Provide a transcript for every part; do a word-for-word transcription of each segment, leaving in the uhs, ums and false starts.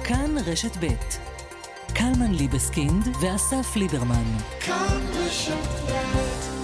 כאן רשת ב' קלמן ליבסקינד ואסף ליברמן. כאן רשת ב'.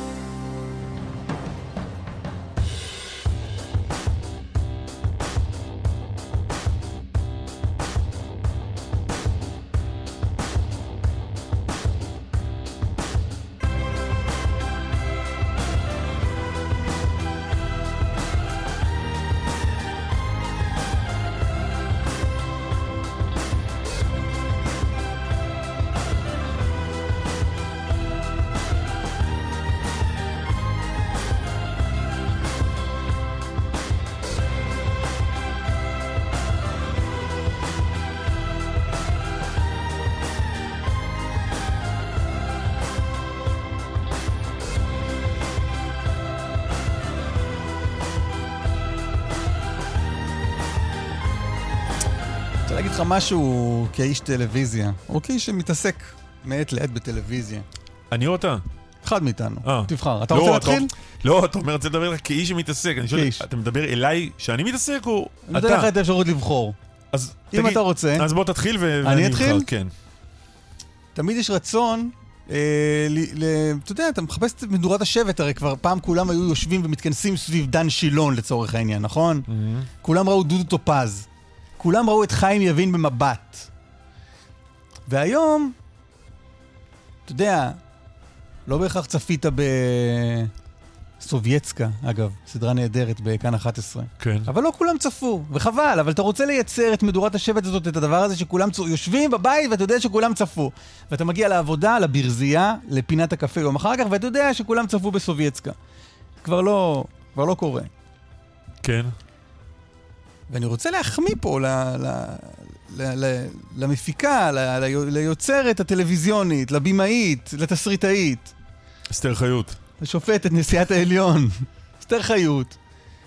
להגיד לך משהו כאיש טלוויזיה, או כאיש שמתעסק מעט לעט בטלוויזיה. אני או אתה? אחד מאיתנו, אה. תבחר. אתה רוצה להתחיל? לא, אתה אומר, אתה מדבר לך כאיש שמתעסק. אני שואל, אתה מדבר אליי שאני מתעסק או אתה? אני נותן לך את האפשרות לבחור. אם אתה רוצה. אז בוא תתחיל ואני אבחר. אני אתחיל? כן. תמיד יש רצון, אתה יודע, אתה מחפש את מדורת השבט, הרי כבר פעם כולם היו יושבים ומתכנסים סביב דן שילון לצורך העניין, נכון? כולם ראו דודו טופז. כולם ראו את חיים יבין במבט. והיום, אתה יודע, לא בהכרח צפית בסובייצקה, אגב, סדרה נהדרת בכאן אחת עשרה. כן. אבל לא כולם צפו, וחבל, אבל אתה רוצה לייצר את מדורת השבט הזאת, את הדבר הזה שכולם צפו, יושבים בבית ואתה יודע שכולם צפו. ואתה מגיע לעבודה, לברזייה, לפינת הקפה יום אחר כך, ואתה יודע שכולם צפו בסובייצקה. כבר לא, כבר לא קורה. כן. ואני רוצה להחמיא פה ל, ל, ל, ל, למפיקה, ל, ל, ליוצרת הטלוויזיונית, לבימאית, לתסריטאית. אסתר חיות. השופטת, נשיאת העליון. אסתר חיות.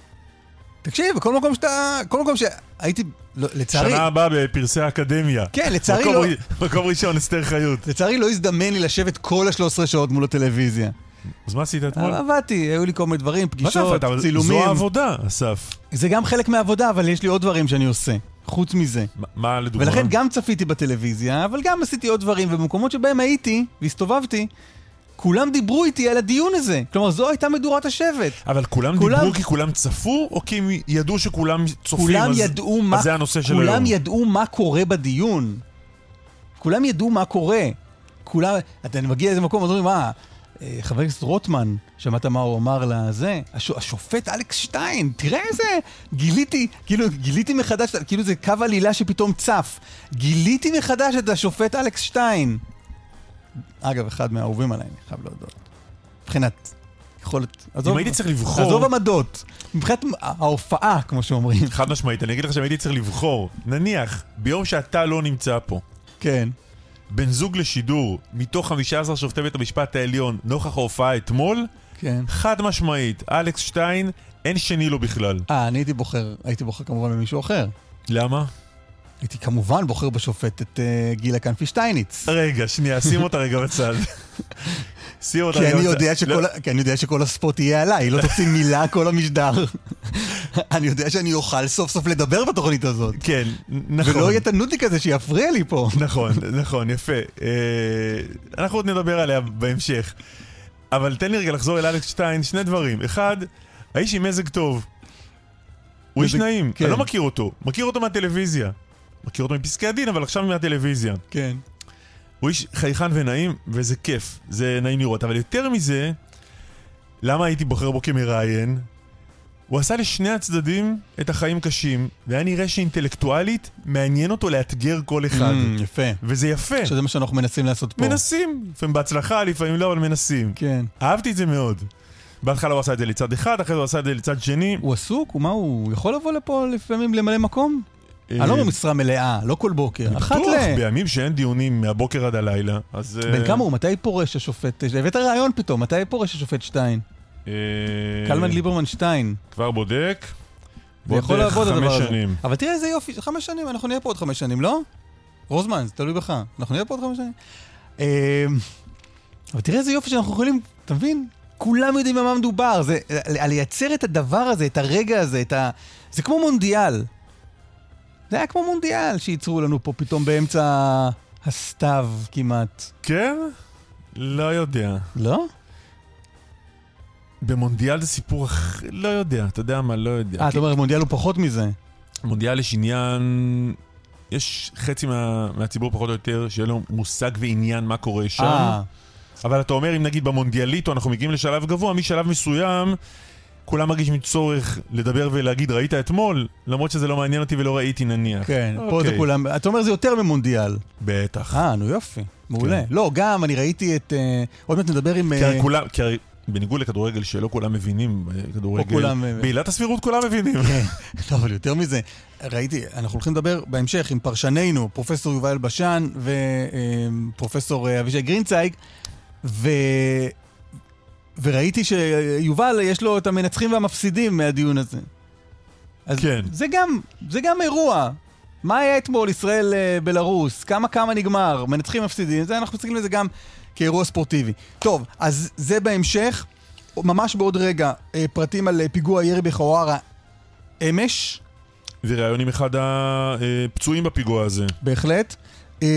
תקשיב, בכל מקום שאתה... כל מקום שהייתי... לא, לצערי... שנה הבאה בפרסי האקדמיה. כן, לצערי מקום לא... ר... מקום ראשון, אסתר חיות. לצערי לא הזדמן לי לשבת כל ה-שלוש עשרה שעות מול הטלוויזיה. אז מה עשית אתמול? עבדתי, היו לי כל מיני דברים, פגישות, צילומים. זו העבודה, אסף. זה גם חלק מהעבודה, אבל יש לי עוד דברים שאני עושה, חוץ מזה. מה לדוגמה? ולכן גם צפיתי בטלוויזיה, אבל גם עשיתי עוד דברים, ובמקומות שבהם הייתי והסתובבתי, כולם דיברו איתי על הדיון הזה. כלומר, זו הייתה מדורת השבט. אבל כולם, כולם... דיברו כי כולם צפו, או כי הם ידעו שכולם צופים, כולם אז... ידעו מה... אז זה הנושא של כולם היום. ידעו מה קורה בדיון. כולם ידעו מה קורה. כולם... אתה מגיע לאיזה מקום, אומרים, מה... חבר הכנסת רוטמן, שמעת מה הוא אמר לזה, הש... השופט אלכס שטיין, תראה איזה, גיליתי, כאילו, גיליתי מחדש, כאילו זה קו עלילה שפתאום צף, גיליתי מחדש את השופט אלכס שטיין. אגב, אחד מהאהובים עליי, אני חייב להודות. מבחינת יכולת, עזוב, אם הייתי צריך לבחור... עזוב עמדות, מבחינת ההופעה, כמו שאומרים. חד משמעית, אני אגיד לך שהייתי צריך לבחור, נניח, ביום שאתה לא נמצא פה. כן. בן זוג לשידור, מתוך חמישה עשר שופטי בית המשפט העליון, נוכח ההופעה אתמול, כן. חד משמעית, אלכס שטיין, אין שני לו בכלל. אה, אני הייתי בוחר, הייתי בוחר כמובן במישהו אחר. למה? הייתי כמובן בוחר בשופט את uh, גילה כנפי שטייניץ. רגע, שנייה, שים אותה רגע בצד. שים אותה כי רגע אני בצד. יודע שכל, לא. כי אני יודע שכל הספוט יהיה עליי, לא תוציא מילה כל המשדר. אני יודע שאני אוכל סוף סוף לדבר בתוכנית הזאת. כן, נכון. ולא יהיה תנותי כזה שיפריע לי פה. נכון, נכון, יפה. אנחנו עוד נדבר עליה בהמשך. אבל תן לי רגע לחזור אל אלכס שטיין, שני דברים. אחד, האיש עם מזג טוב. הוא איש נעים, אני לא מכיר אותו. מכיר אותו מהטלוויזיה. מכיר אותו מפסקי הדין, אבל עכשיו מהטלוויזיה. כן. הוא איש חייכן ונעים, וזה כיף. זה נעים לראות. אבל יותר מזה, למה הייתי בוחר בו כמראיין? הוא עשה לשני הצדדים את החיים קשים, והיה נראה שאינטלקטואלית מעניין אותו לאתגר כל אחד. Mm, יפה. וזה יפה. שזה מה שאנחנו מנסים לעשות פה. מנסים. לפעמים בהצלחה, לפעמים לא, אבל מנסים. כן. אהבתי את זה מאוד. בהתחלה הוא עשה את זה לצד אחד, אחרי זה הוא עשה את זה לצד שני. הוא עסוק? ומה, הוא יכול לבוא לפה לפעמים למלא מקום? אני לא במשרה מלאה, לא כל בוקר. אחת ל... בטוח, בימים שאין דיונים מהבוקר עד הלילה, אז... בין כמה הוא? מתי פורש השופט? הבאת רעיון פתאום, מתי פורש השופט שטיין? קלמן ליברמן שטיין. כבר בודק. ויכול לעבוד הדבר הזה. שנים. אבל תראה איזה יופי, חמש שנים, אנחנו נהיה פה עוד חמש שנים, לא? רוזמן, זה תלוי בך. אנחנו נהיה פה עוד חמש שנים. אבל תראה איזה יופי שאנחנו יכולים, אתה מבין? כולם יודעים במה מדובר. זה, לייצר את הדבר הזה, את הרגע הזה, את ה... זה כמו מונדיאל. זה היה כמו מונדיאל שייצרו לנו פה פתאום באמצע הסתיו כמעט. כן? לא יודע. לא? במונדיאל זה סיפור אחר, לא יודע, אתה יודע מה, לא יודע. אה, אתה אומר, מונדיאל הוא פחות מזה. מונדיאל יש עניין, יש חצי מה, מהציבור פחות או יותר, שיהיה לו מושג ועניין מה קורה שם. אה. אבל אתה אומר, אם נגיד במונדיאליטו אנחנו מגיעים לשלב גבוה, משלב מסוים, כולם מרגישים צורך לדבר ולהגיד, ראית אתמול? למרות שזה לא מעניין אותי ולא ראיתי נניח. כן, אוקיי. פה זה כולם, אתה אומר זה יותר ממונדיאל. בטח. אה, נו יופי, מעולה. כן. לא, גם אני ראיתי את, אה, עוד מעט נדבר עם... כי אה, הרי כולם, כי הרי בניגוד לכדורגל שלא כולם מבינים, כדורגל, כולם- בעילת הסבירות כולם מבינים. לא, אבל יותר מזה, ראיתי, אנחנו הולכים לדבר בהמשך עם פרשנינו, פרופסור יובל אלבשן ופרופסור אבישי גרינצייג, ו... וראיתי שיובל יש לו את המנצחים והמפסידים מהדיון הזה. אז כן. זה גם, זה גם אירוע. מה היה אתמול ישראל אה, בלרוס? כמה כמה נגמר? מנצחים מפסידים? זה אנחנו מסתכלים לזה גם כאירוע ספורטיבי. טוב, אז זה בהמשך. ממש בעוד רגע, אה, פרטים על אה, פיגוע ירי בחווארה אמש. וראיון עם אחד הפצועים בפיגוע הזה. בהחלט. אה,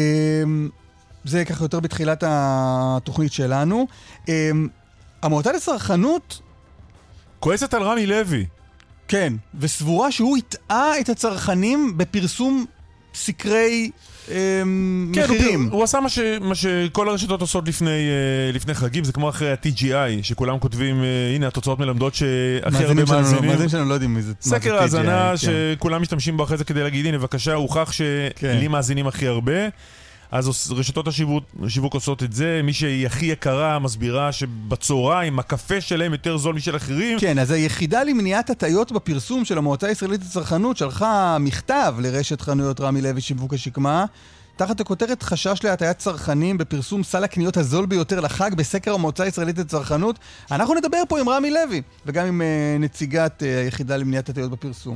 זה ככה יותר בתחילת התוכנית שלנו. אה, המועצה לצרכנות, כועסת על רמי לוי. כן, וסבורה שהוא הטעה את הצרכנים בפרסום סקרי אה, כן, מחירים. הוא, הוא עשה מה, ש, מה שכל הרשתות עושות לפני, uh, לפני חגים, זה כמו אחרי ה-טי ג'י איי, שכולם כותבים, uh, הנה התוצאות מלמדות שהכי הרבה מאזינים. מאזינים שלנו לא יודעים מי זה. סקר האזנה שכולם משתמשים בו אחרי זה כדי להגיד, הנה בבקשה, הוכח שלי מאזינים הכי הרבה. אז רשתות השיווק, השיווק עושות את זה, מי שהיא הכי יקרה מסבירה שבצהריים הקפה שלהם יותר זול משל אחרים. כן, אז היחידה למניעת הטעיות בפרסום של המועצה הישראלית לצרכנות שלחה מכתב לרשת חנויות רמי לוי שיווק השקמה, תחת הכותרת חשש להטעיית צרכנים בפרסום סל הקניות הזול ביותר לחג בסקר המועצה הישראלית לצרכנות. אנחנו נדבר פה עם רמי לוי, וגם עם uh, נציגת uh, היחידה למניעת הטעיות בפרסום.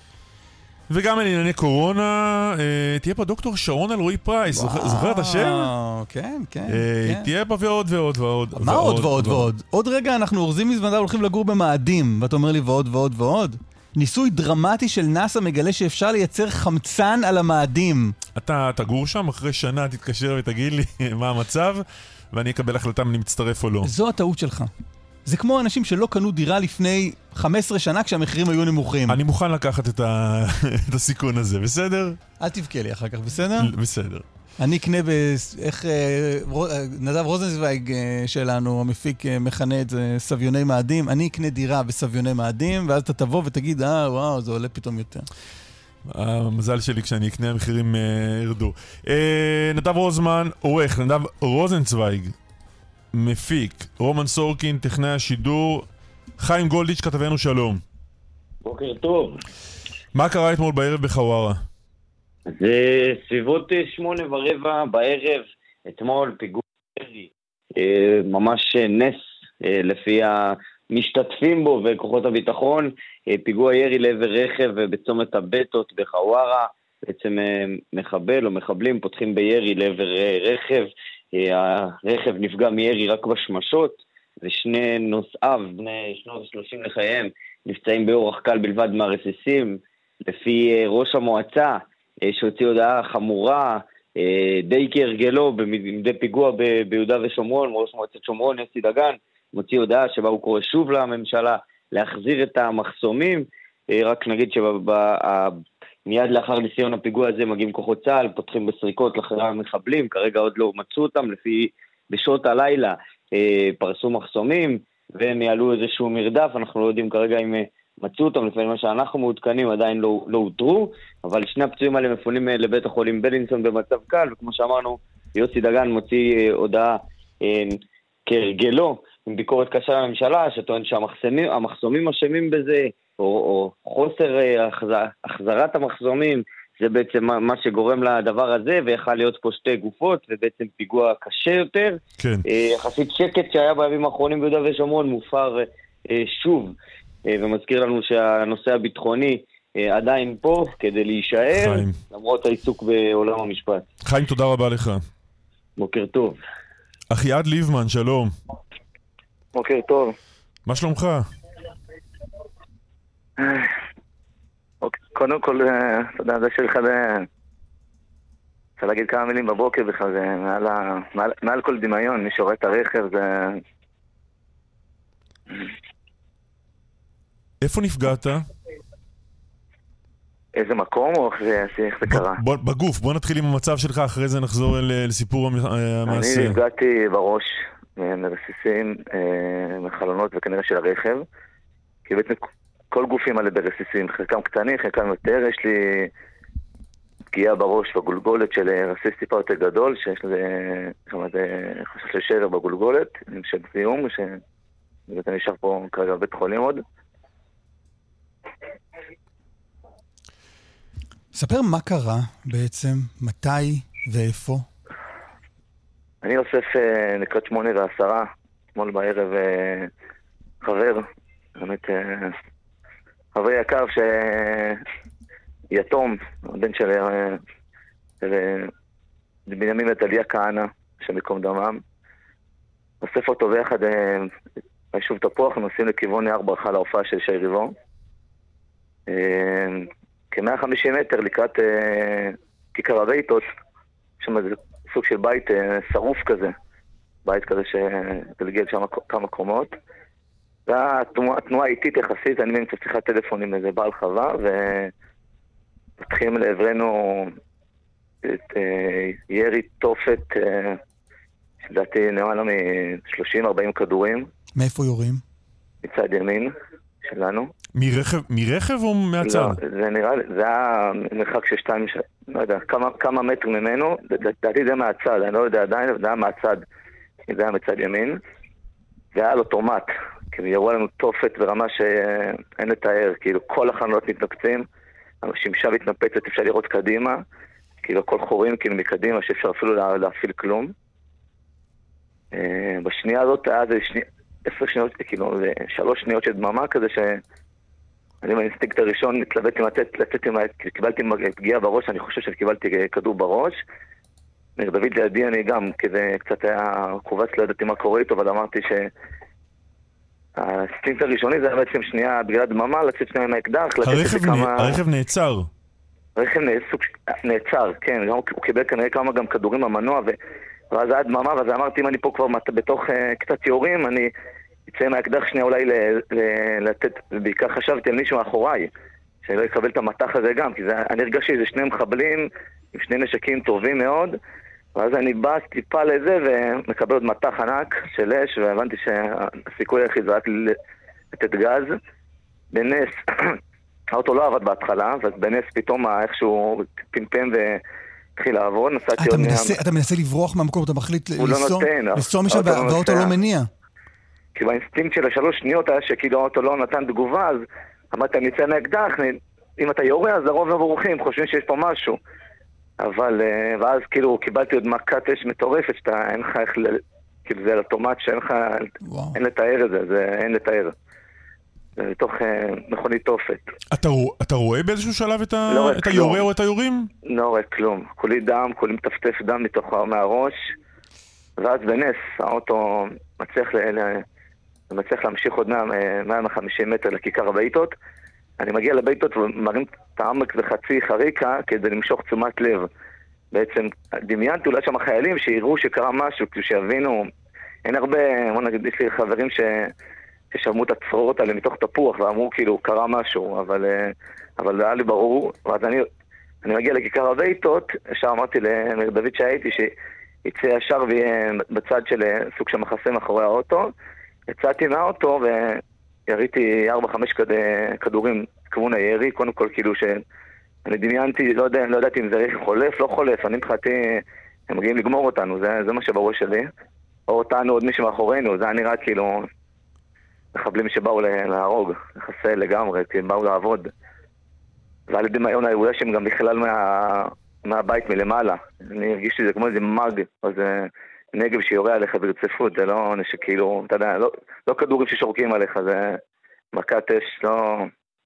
וגם על ענייני קורונה, אה, תהיה פה דוקטור שרון אלרועי פרייס, זוכר, זוכר את השם? כן, כן, אה, כן. תהיה פה ועוד ועוד ועוד. מה עוד ועוד ועוד? עוד רגע אנחנו אורזים מזוודה הולכים לגור במאדים, ואתה אומר לי ועוד ועוד ועוד? ניסוי דרמטי של נאסא מגלה שאפשר לייצר חמצן על המאדים. אתה תגור שם, אחרי שנה תתקשר ותגיד לי מה המצב, ואני אקבל החלטה אם אני מצטרף או לא. זו הטעות שלך. זה כמו אנשים שלא קנו דירה לפני חמש עשרה שנה כשהמחירים היו נמוכים. אני מוכן לקחת את, ה... את הסיכון הזה, בסדר? אל תבכה לי אחר כך, בסדר? בסדר. אני אקנה ב... איך נדב רוזנצוויג שלנו, המפיק, מכנה את זה סביוני מאדים. אני אקנה דירה בסביוני מאדים, ואז אתה תבוא ותגיד, אה, וואו, זה עולה פתאום יותר. המזל שלי כשאני אקנה המחירים ירדו. נדב רוזמן, עורך, נדב רוזנצוויג, מפיק, רומן סורקין, טכנאי השידור, חיים גולדיץ' כתבנו שלום. בוקר טוב. מה קרה אתמול בערב בחווארה? זה סביבות שמונה ורבע בערב, אתמול פיגוע ירי, ממש נס לפי המשתתפים בו וכוחות הביטחון, פיגוע ירי לעבר רכב בצומת הבטות בחווארה, בעצם מחבל או מחבלים פותחים בירי לעבר רכב, הרכב נפגע מירי רק בשמשות, ושני נוסעיו, בני שנות שלושים לחייהם, נפצעים באורח קל בלבד מהרסיסים. לפי ראש המועצה, שהוציא הודעה חמורה, די כהרגלו, במדי פיגוע ביהודה ושומרון, ראש מועצת שומרון, יוסי דגן, מוציא הודעה שבה הוא קורא שוב לממשלה להחזיר את המחסומים. רק נגיד שמיד לאחר ניסיון הפיגוע הזה מגיעים כוחות צה"ל, פותחים בסריקות לאחרי המחבלים, כרגע עוד לא מצאו אותם, לפי בשעות הלילה פרסו מחסומים, והם יעלו איזשהו מרדף, אנחנו לא יודעים כרגע אם מצאו אותם, לפעמים מה שאנחנו מעודכנים עדיין לא, לא הותרו, אבל שני הפצועים האלה מפונים לבית החולים בלינסון במצב קל, וכמו שאמרנו, יוסי דגן מוציא הודעה אה, כהרגלו, עם ביקורת קשה לממשלה, שטוען שהמחסומים אשמים בזה, או, או חוסר אה, החזר, החזרת המחסומים, זה בעצם מה, מה שגורם לדבר הזה, ויכל להיות פה שתי גופות, ובעצם פיגוע קשה יותר. כן. אה, יחסית שקט שהיה בימים האחרונים ביהודה ושומרון, מופר אה, שוב, ומזכיר לנו שהנושא הביטחוני עדיין פה כדי להישאר, חיים. למרות העיסוק בעולם המשפט. חיים, תודה רבה לך. בוקר טוב. אחיעד ליבמן, שלום. בוקר טוב. מה שלומך? קודם כל, אתה יודע, זה שלך זה... רוצה להגיד כמה מילים בבוקר בכלל, זה מעל, ה... מעל... מעל כל דמיון, מי שרואה את הרכב זה... איפה נפגעת? איזה מקום או איך זה, איך זה קרה? בוא, בגוף, בוא נתחיל עם המצב שלך, אחרי זה נחזור אל, לסיפור המעשה. אני נפגעתי בראש מרסיסים, מחלונות וכנראה של הרכב, כי בעצם כל גופים האלה ברסיסים, חלקם קטנים, חלקם יותר, יש לי פגיעה בראש בגולגולת של רסיס טיפה יותר גדול, שיש לזה חשש לשבר בגולגולת, של זיהום, שבעצם נשאר פה כרגע בבית חולים עוד. ספר מה קרה בעצם, מתי ואיפה. אני אוסף לקראת שמונה ועשרה, אתמול בערב חבר, באמת חבר יקר שיתום, הבן של בנימין וטליה כהנא, שמקום דמם. אוסף אותו ביחד ביישוב תפוח, נוסעים לכיוון יער ברכה להופעה של שי ריבו. כ-מאה וחמישים מטר לקראת אה, כיכר הביתות, שם זה סוג של בית אה, שרוף כזה, בית כזה שגלגל שם כמה קומות. והתנועה איטית יחסית, אני ממצא שיחת טלפון עם איזה בעל חווה, ומתחילים לעברנו את אה, ירי תופת, אה, שלדעתי נאמר מ-שלושים ארבעים כדורים. מאיפה יורים? מצד ימין שלנו. מרכב, מרכב או מהצד? לא, זה נראה לי, זה היה מרחק של שתיים, לא יודע, כמה, כמה מטר ממנו, לדעתי זה מהצד, אני לא יודע עדיין, זה היה מהצד, זה היה מצד ימין, זה היה על אוטומט, כאילו יראו לנו תופת ברמה שאין לתאר, כאילו כל החנויות מתנפצים, השמשה מתנפצת, אפשר לראות קדימה, כאילו כל חורים כאילו מקדימה, שאפשר אפילו לה, להפעיל כלום. בשנייה הזאת היה זה שני, עשר שניות, כאילו זה שלוש שניות של דממה כזה ש... אני באינסטינקט הראשון התלבטתי לתת, לצאת עם... קיבלתי פגיעה בראש, אני חושב שקיבלתי כדור בראש. ניר דוד לידי אני גם, כי זה קצת היה קובץ, לא ידעתי מה קורה איתו, אבל אמרתי שהאינסטינקט הראשוני זה היה בעצם שנייה בגלל דממה, לצאת שנייה עם האקדח. הרכב, כמה... הרכב נעצר. הרכב נעצר, כן. הוא קיבל כנראה כמה גם כדורים במנוע, ו... ואז היה דממה, ואז אמרתי אם אני פה כבר בתוך uh, קצת יורים, אני... יצא מהאקדח שנייה אולי לתת, ובעיקר חשבתי על מישהו מאחוריי, שאני לא אקבל את המתח הזה גם, כי זה, אני הרגשתי שזה שני מחבלים עם שני נשקים טובים מאוד, ואז אני בא טיפה לזה ומקבל עוד מתח ענק של אש, והבנתי שהסיכוי היחיד זה רק לתת גז. בנס, האוטו לא עבד בהתחלה, אז בנס פתאום איכשהו פמפם והתחיל לעבוד. אתה מנסה, אתה מנסה לברוח מהמקום, אתה מחליט לנסוע משם והאוטו לא מניע. כי באינסטינקט של השלוש שניות היה שכאילו האוטו לא נתן תגובה, אז אמרתי, אני אצא מהאקדח, אם אתה יורה, אז לרוב מבורחים, חושבים שיש פה משהו. אבל, ואז כאילו קיבלתי עוד מכת אש מטורפת, שאתה אין לך איך, כאילו זה על אוטומט שאין לך, אין לתאר את זה, זה אין לתאר. זה בתוך מכונית תופת. אתה, אתה רואה באיזשהו שלב את, ה... לא את היורה או את היורים? לא רואה כלום. כולי דם, כולי מטפטף דם מתוך מהראש, ואז בנס האוטו מצליח ל... ומצליח להמשיך עוד מאה וחמישים מטר לכיכר הביתות. אני מגיע לביתות ומרים את העמק וחצי חריקה כדי למשוך תשומת לב. בעצם דמיינתי אולי שם חיילים שיראו שקרה משהו, כאילו שיבינו, אין הרבה, בוא נגיד, יש לי חברים ש... ששמעו את הצרורות האלה מתוך תפוח ואמרו כאילו קרה משהו, אבל, אבל היה לי ברור. ואז אני, אני מגיע לכיכר הביתות, ישר אמרתי למיר דוד שהייתי שיצא ישר ויהיה בצד של סוג של מחסה מאחורי האוטו. יצאתי מהאוטו ויריתי ארבע חמש כדורים כיוון הירי, קודם כל כאילו שאני דמיינתי, לא יודע, לא ידעתי אם זה רכב חולף, לא חולף, אני מתחלתי, הם מגיעים לגמור אותנו, זה, זה מה שבראש שלי, או אותנו עוד מישהו מאחורינו, זה היה נראה כאילו מחבלים שבאו להרוג, לחסל לגמרי, כי הם באו לעבוד. ועל ידי מהיון אולי שהם גם בכלל מה, מהבית מלמעלה, אני הרגישתי זה כמו איזה מג, או זה... נגב שיורה עליך ברציפות, זה לא נשק כאילו, אתה יודע, לא, לא כדורים ששורקים עליך, זה מכת אש, לא...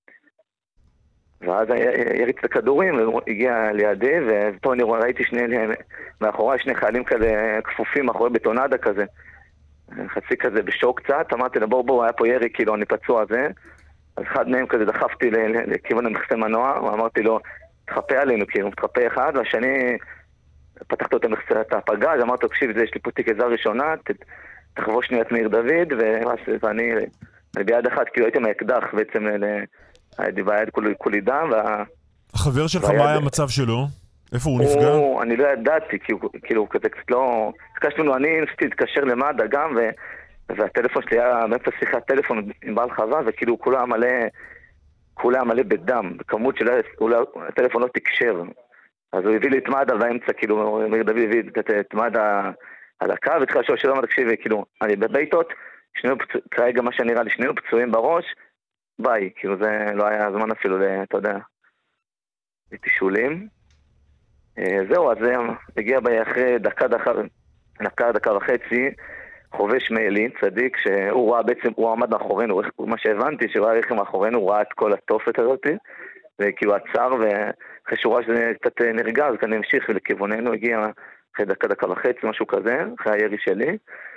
ואז יריץ את הכדורים, הגיע לידי, ופה אני ראיתי שני, מאחורי שני חיילים כזה כפופים, מאחורי בטונדה כזה, חצי כזה בשוק קצת, אמרתי לה בואו בואו, היה פה ירי, כאילו אני פצוע זה, אז אחד מהם כזה דחפתי לכיוון המכסה מנוע, ואמרתי לו, תחפה עלינו, כי הוא מתחפה אחד, והשני פתחת את המכסה, את הפגז, אמרתי לו, תקשיב, יש לי פה תיק עזרה ראשונה, תחבוש שנייה את מאיר דוד, ואני ביד אחת, כאילו הייתי מהאקדח בעצם, הייתי ביד כולי דם, החבר שלך, מה היה המצב שלו? איפה הוא נפגע? אני לא ידעתי, כאילו, כזה קצת לא... התקשנו לו, אני ניסיתי להתקשר למד"א גם, והטלפון שלי היה באמצע שיחת טלפון עם בעל חווה, וכאילו כולו היה מלא, כולו היה מלא בדם, בכמות של הטלפון לא תקשר. אז הוא הביא לי את מד"א באמצע, כאילו, מאיר דוד הביא את מד"א על הקו, והתחיל לשאול שלום, תקשיבי, כאילו, אני בביתות, כרגע מה שנראה לי, שנינו פצועים בראש, ביי, כאילו זה לא היה זמן אפילו, אתה יודע, לתישולים. זהו, אז זה הגיע אחרי דקה, דקה, דקה, דקה וחצי, חובש מאלי, צדיק, שהוא ראה בעצם, הוא עמד מאחורינו, מה שהבנתי, שהוא ראה רכב מאחורינו, הוא ראה את כל התופת הזאת, וכאילו עצר, ואחרי שהוא ראה שזה קצת נרגע, אז כאן המשיך לכיווננו, הגיע אחרי דקה, דקה וחצי, משהו כזה, אחרי הירי שלי.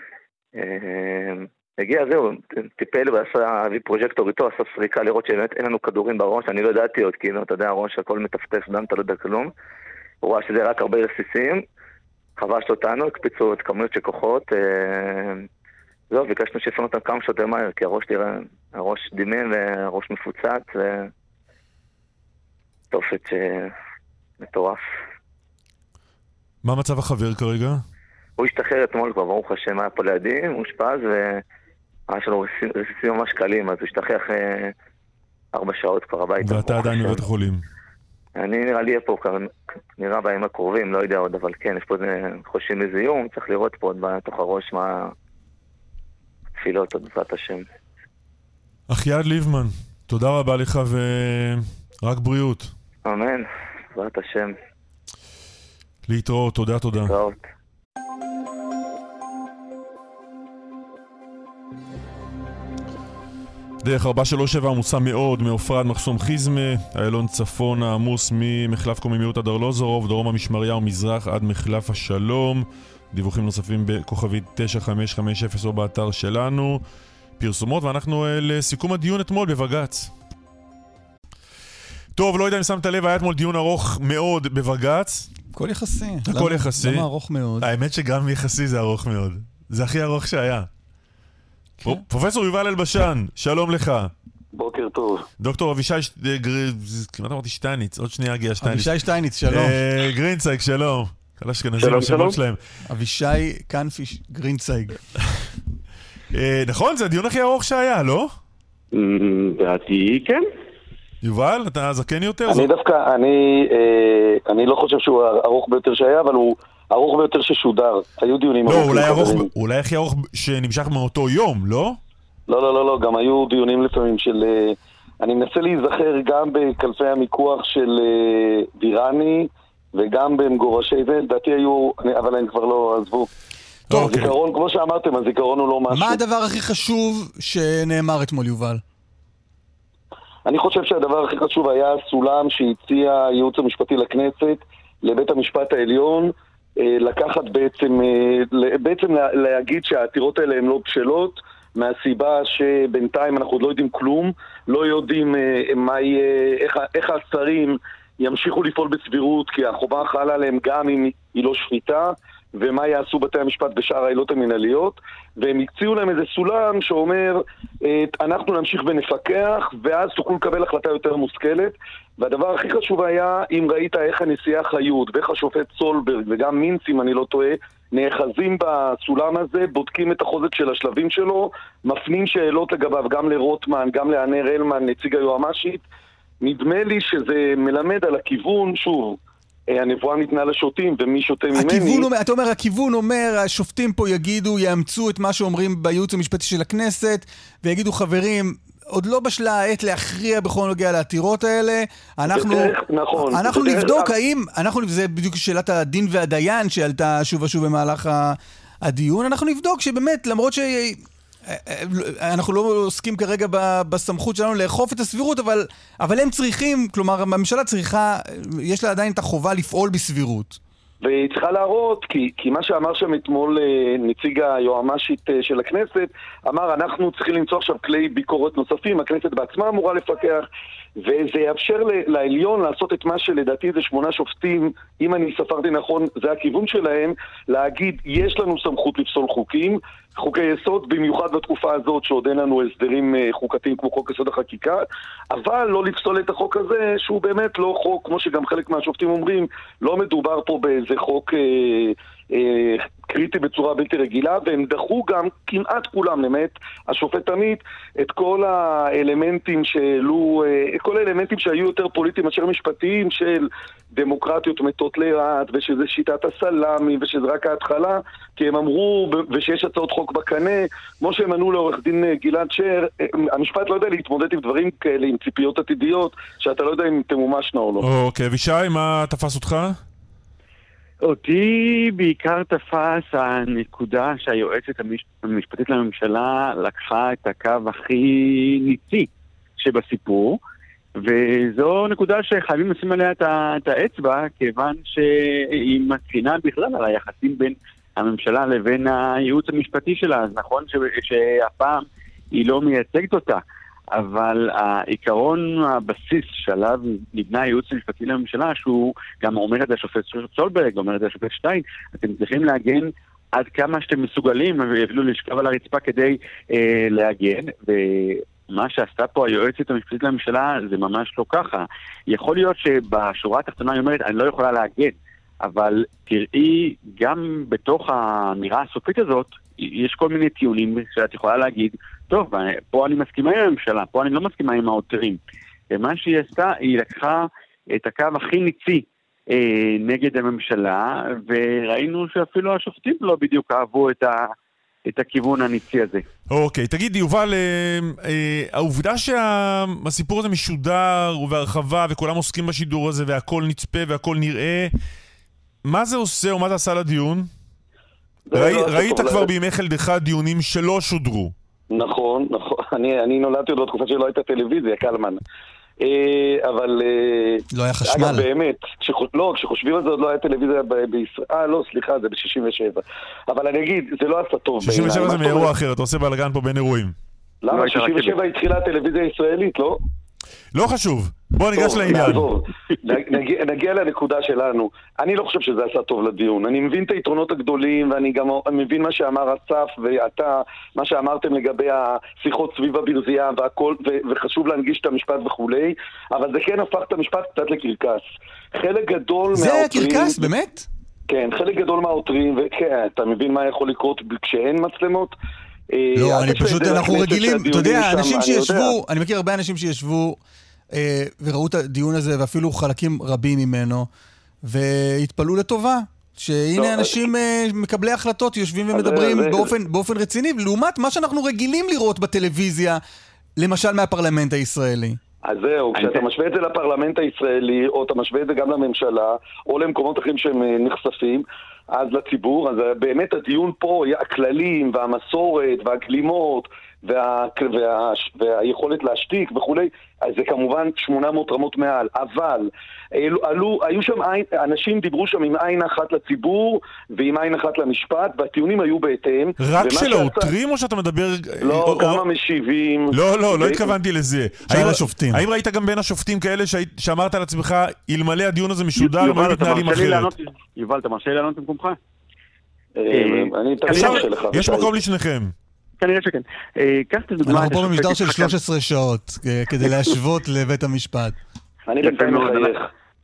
הגיע, זהו, טיפל ועשה, הביא פרוז'קטור איתו, עשה סריקה לראות שבאמת אין לנו כדורים בראש, אני לא ידעתי עוד, כאילו, אתה יודע, הראש, הכל מטפטף, דם, אתה לא יודע כלום. הוא ראה שזה רק הרבה רסיסים, חבש אותנו, הקפיצו את כמויות של כוחות, זהו, ביקשנו שיפנו אותם כמה שיותר מהר, כי הראש תראה, הראש דימן והראש מפוצץ, ותופת שמטורף. מה מצב החבר כרגע? הוא השתחרר אתמול כבר, ברוך השם, היה פה לידי, הוא אושפז, והיה שלו רסיסים ממש קלים, אז הוא השתחרר אחרי ארבע שעות כבר הביתה. ואתה עדיין בבית החולים? אני נראה לי פה, נראה בימים הקרובים, לא יודע עוד, אבל כן, יש פה חושים לזיום, צריך לראות פה עוד בתוך הראש מה תפילות עוד בעזרת השם. אחיעד ליבמן, תודה רבה לך ורק בריאות. אמן, בעזרת השם. להתראות, תודה, תודה. להתראות. דרך ארבע שלוש שבע עמוסה מאוד מאופרד מחסום חיזמה, איילון צפון העמוס ממחלף קוממיות עד ארלוזורוב, דרום המשמריה ומזרח עד מחלף השלום. דיווחים נוספים בכוכבית תשע חמש חמש אפס או באתר שלנו. פרסומות, ואנחנו לסיכום הדיון אתמול בבג"ץ. טוב, לא יודע אם שמת לב, היה אתמול דיון ארוך מאוד בבג"ץ. הכל יחסי. הכל יחסי. למה ארוך מאוד? האמת שגם יחסי זה ארוך מאוד. זה הכי ארוך שהיה. פרופסור יובל אלבשן, שלום לך. בוקר טוב. דוקטור אבישי, כמעט אמרתי שטייניץ, עוד שנייה הגיע שטייניץ. אבישי שטייניץ, שלום. גרינצייג, שלום. כל אשכנזים בשמות שלהם. אבישי קנפיש גרינצייג. נכון, זה הדיון הכי ארוך שהיה, לא? דעתי, כן. יובל, אתה זקן יותר? אני דווקא, אני לא חושב שהוא ארוך ביותר שהיה, אבל הוא ארוך ביותר ששודר. היו דיונים ארוכים. לא, אולי הכי ארוך שנמשך מאותו יום, לא? לא, לא, לא, לא, גם היו דיונים לפעמים של... אני מנסה להיזכר גם בקלפי המיקוח של דירני, וגם במגורשי זה, דעתי היו, אבל הם כבר לא עזבו. טוב, הזיכרון, כמו שאמרתם, הזיכרון הוא לא משהו. מה הדבר הכי חשוב שנאמר אתמול, יובל? אני חושב שהדבר הכי חשוב היה הסולם שהציע הייעוץ המשפטי לכנסת לבית המשפט העליון, לקחת בעצם, בעצם להגיד שהעתירות האלה הן לא בשלות, מהסיבה שבינתיים אנחנו עוד לא יודעים כלום, לא יודעים מה יהיה, איך, איך השרים ימשיכו לפעול בסבירות, כי החובה חלה עליהם גם אם היא לא שפיטה, ומה יעשו בתי המשפט בשאר העילות המנהליות, והם הציעו להם איזה סולם שאומר, אנחנו נמשיך ונפקח, ואז תוכלו לקבל החלטה יותר מושכלת, והדבר הכי חשוב היה, אם ראית איך הנשיאה חיות, ואיך השופט סולברג, וגם מינץ, אם אני לא טועה, נאחזים בסולם הזה, בודקים את החוזק של השלבים שלו, מפנים שאלות לגביו גם לרוטמן, גם לענר אלמן, נציג היועמ"שית. נדמה לי שזה מלמד על הכיוון, שוב, הנבואה ניתנה לשוטים, ומי שותה ממני... הכיוון אומר, אתה אומר, הכיוון אומר, השופטים פה יגידו, יאמצו את מה שאומרים בייעוץ המשפטי של הכנסת, ויגידו, חברים, עוד לא בשלה העת להכריע בכל נוגע לעתירות האלה. אנחנו, נכון, אנחנו נבדוק האם, אנחנו, זה בדיוק שאלת הדין והדיין שעלתה שוב ושוב במהלך הדיון, אנחנו נבדוק שבאמת, למרות ש... אנחנו לא עוסקים כרגע בסמכות שלנו לאכוף את הסבירות, אבל, אבל הם צריכים, כלומר, הממשלה צריכה, יש לה עדיין את החובה לפעול בסבירות. והיא צריכה להראות, כי, כי מה שאמר שם אתמול נציג היועמ"שית של הכנסת, אמר אנחנו צריכים למצוא עכשיו כלי ביקורת נוספים, הכנסת בעצמה אמורה לפקח, וזה יאפשר לעליון לעשות את מה שלדעתי זה שמונה שופטים, אם אני ספרתי נכון, זה הכיוון שלהם, להגיד יש לנו סמכות לפסול חוקים, חוקי יסוד, במיוחד בתקופה הזאת שעוד אין לנו הסדרים חוקתיים כמו חוק יסוד החקיקה, אבל לא לפסול את החוק הזה שהוא באמת לא חוק, כמו שגם חלק מהשופטים אומרים, לא מדובר פה באיזה חוק אה, אה, קריטי בצורה בלתי רגילה, והם דחו גם כמעט כולם, באמת, השופט עמית, את כל האלמנטים שאלו, את כל האלמנטים שהיו יותר פוליטיים אשר משפטיים של דמוקרטיות מתות לאט, ושזה שיטת הסלאמי, ושזה רק ההתחלה, כי הם אמרו, ושיש הצעות חוק בקנה, כמו שהם ענו לעורך דין גלעד שר, המשפט לא יודע להתמודד עם דברים כאלה, עם ציפיות עתידיות, שאתה לא יודע אם תמומשנה או לא. אוקיי, וישי, מה תפס אותך? אותי בעיקר תפס הנקודה שהיועצת המשפטית לממשלה לקחה את הקו הכי ניצי שבסיפור, וזו נקודה שחייבים לשים עליה את האצבע, כיוון שהיא מצחינה בכלל על היחסים בין הממשלה לבין הייעוץ המשפטי שלה. אז נכון שהפעם היא לא מייצגת אותה, אבל העיקרון הבסיס שעליו נבנה הייעוץ המשפטי לממשלה, שהוא גם אומר את זה השופט סולברג, אומר את זה השופט שטיין, אתם צריכים להגן עד כמה שאתם מסוגלים, ואפילו לשכב על הרצפה כדי אה, להגן, ומה שעשתה פה היועצת המשפטית לממשלה זה ממש לא ככה. יכול להיות שבשורה התחתונה היא אומרת, אני לא יכולה להגן, אבל תראי, גם בתוך האמירה הסופית הזאת, יש כל מיני טיעונים שאת יכולה להגיד, טוב, פה אני מסכימה עם הממשלה, פה אני לא מסכימה עם העותרים. ומה שהיא עשתה, היא לקחה את הקו הכי ניצי אה, נגד הממשלה, וראינו שאפילו השופטים לא בדיוק אהבו את, ה, את הכיוון הניצי הזה. אוקיי, תגיד, יובל, אה, אה, העובדה שהסיפור הזה משודר ובהרחבה, וכולם עוסקים בשידור הזה, והכל נצפה והכל נראה, מה זה עושה או מה זה עשה לדיון? ראי, ראית כבר בימי חלדך דיונים שלא שודרו. נכון, נכון. אני, אני נולדתי עוד בתקופה שלא הייתה טלוויזיה, קלמן. אבל... לא היה חשמל. אגב, באמת, לא, כשחושבים על זה עוד לא היה טלוויזיה בישראל. אה, לא, סליחה, זה ב-שישים ושבע. אבל אני אגיד, זה לא עשה טוב. שישים ושבע זה מאירוע אחר, אתה עושה בלגן פה בין אירועים. למה? שישים ושבע התחילה הטלוויזיה הישראלית, לא? לא חשוב. בוא ניגש לעניין. נגיע, נגיע לנקודה שלנו. אני לא חושב שזה עשה טוב לדיון. אני מבין את היתרונות הגדולים, ואני גם מבין מה שאמר אסף ואתה, מה שאמרתם לגבי השיחות סביב הברזייה והכל, וחשוב להנגיש את המשפט וכולי, אבל זה כן הפך את המשפט קצת לקרקס. חלק גדול זה מהעותרים... זה קרקס, באמת? כן, חלק גדול מהעותרים, וכן, אתה מבין מה יכול לקרות כשאין מצלמות? לא, אני פשוט, אנחנו רגילים, אתה יודע, אנשים שישבו, אני מכיר הרבה אנשים שישבו וראו את הדיון הזה, ואפילו חלקים רבים ממנו, והתפלאו לטובה, שהנה אנשים מקבלי החלטות יושבים ומדברים באופן רציני, לעומת מה שאנחנו רגילים לראות בטלוויזיה, למשל מהפרלמנט הישראלי. אז זהו, כשאתה משווה את זה לפרלמנט הישראלי, או אתה משווה את זה גם לממשלה, או למקומות אחרים שהם נחשפים, אז לציבור, אז באמת הדיון פה, הכללים והמסורת והגלימות וה... וה... והיכולת להשתיק וכולי, אז זה כמובן שמונה מאות רמות מעל, אבל עלו, עלו, היו שם עין, אנשים דיברו שם עם עין אחת לציבור ועם עין אחת למשפט, והטיעונים היו בהתאם. רק של העותרים או שאתה מדבר... לא, או, גם או... המשיבים. לא, לא, לא התכוונתי לזה. האם השופטים? האם ראית גם בין השופטים כאלה ש... שאמרת על עצמך, אלמלא הדיון הזה משודר, מה מתנהלים אחרת? יובל, אתה מרשה לי לענות במקומך? אני תמיד שלך. יש מקום לשניכם. כנראה שכן. אנחנו פה במשדר של שלוש עשרה שעות, כדי להשוות לבית המשפט. אני בינתיים מחייך.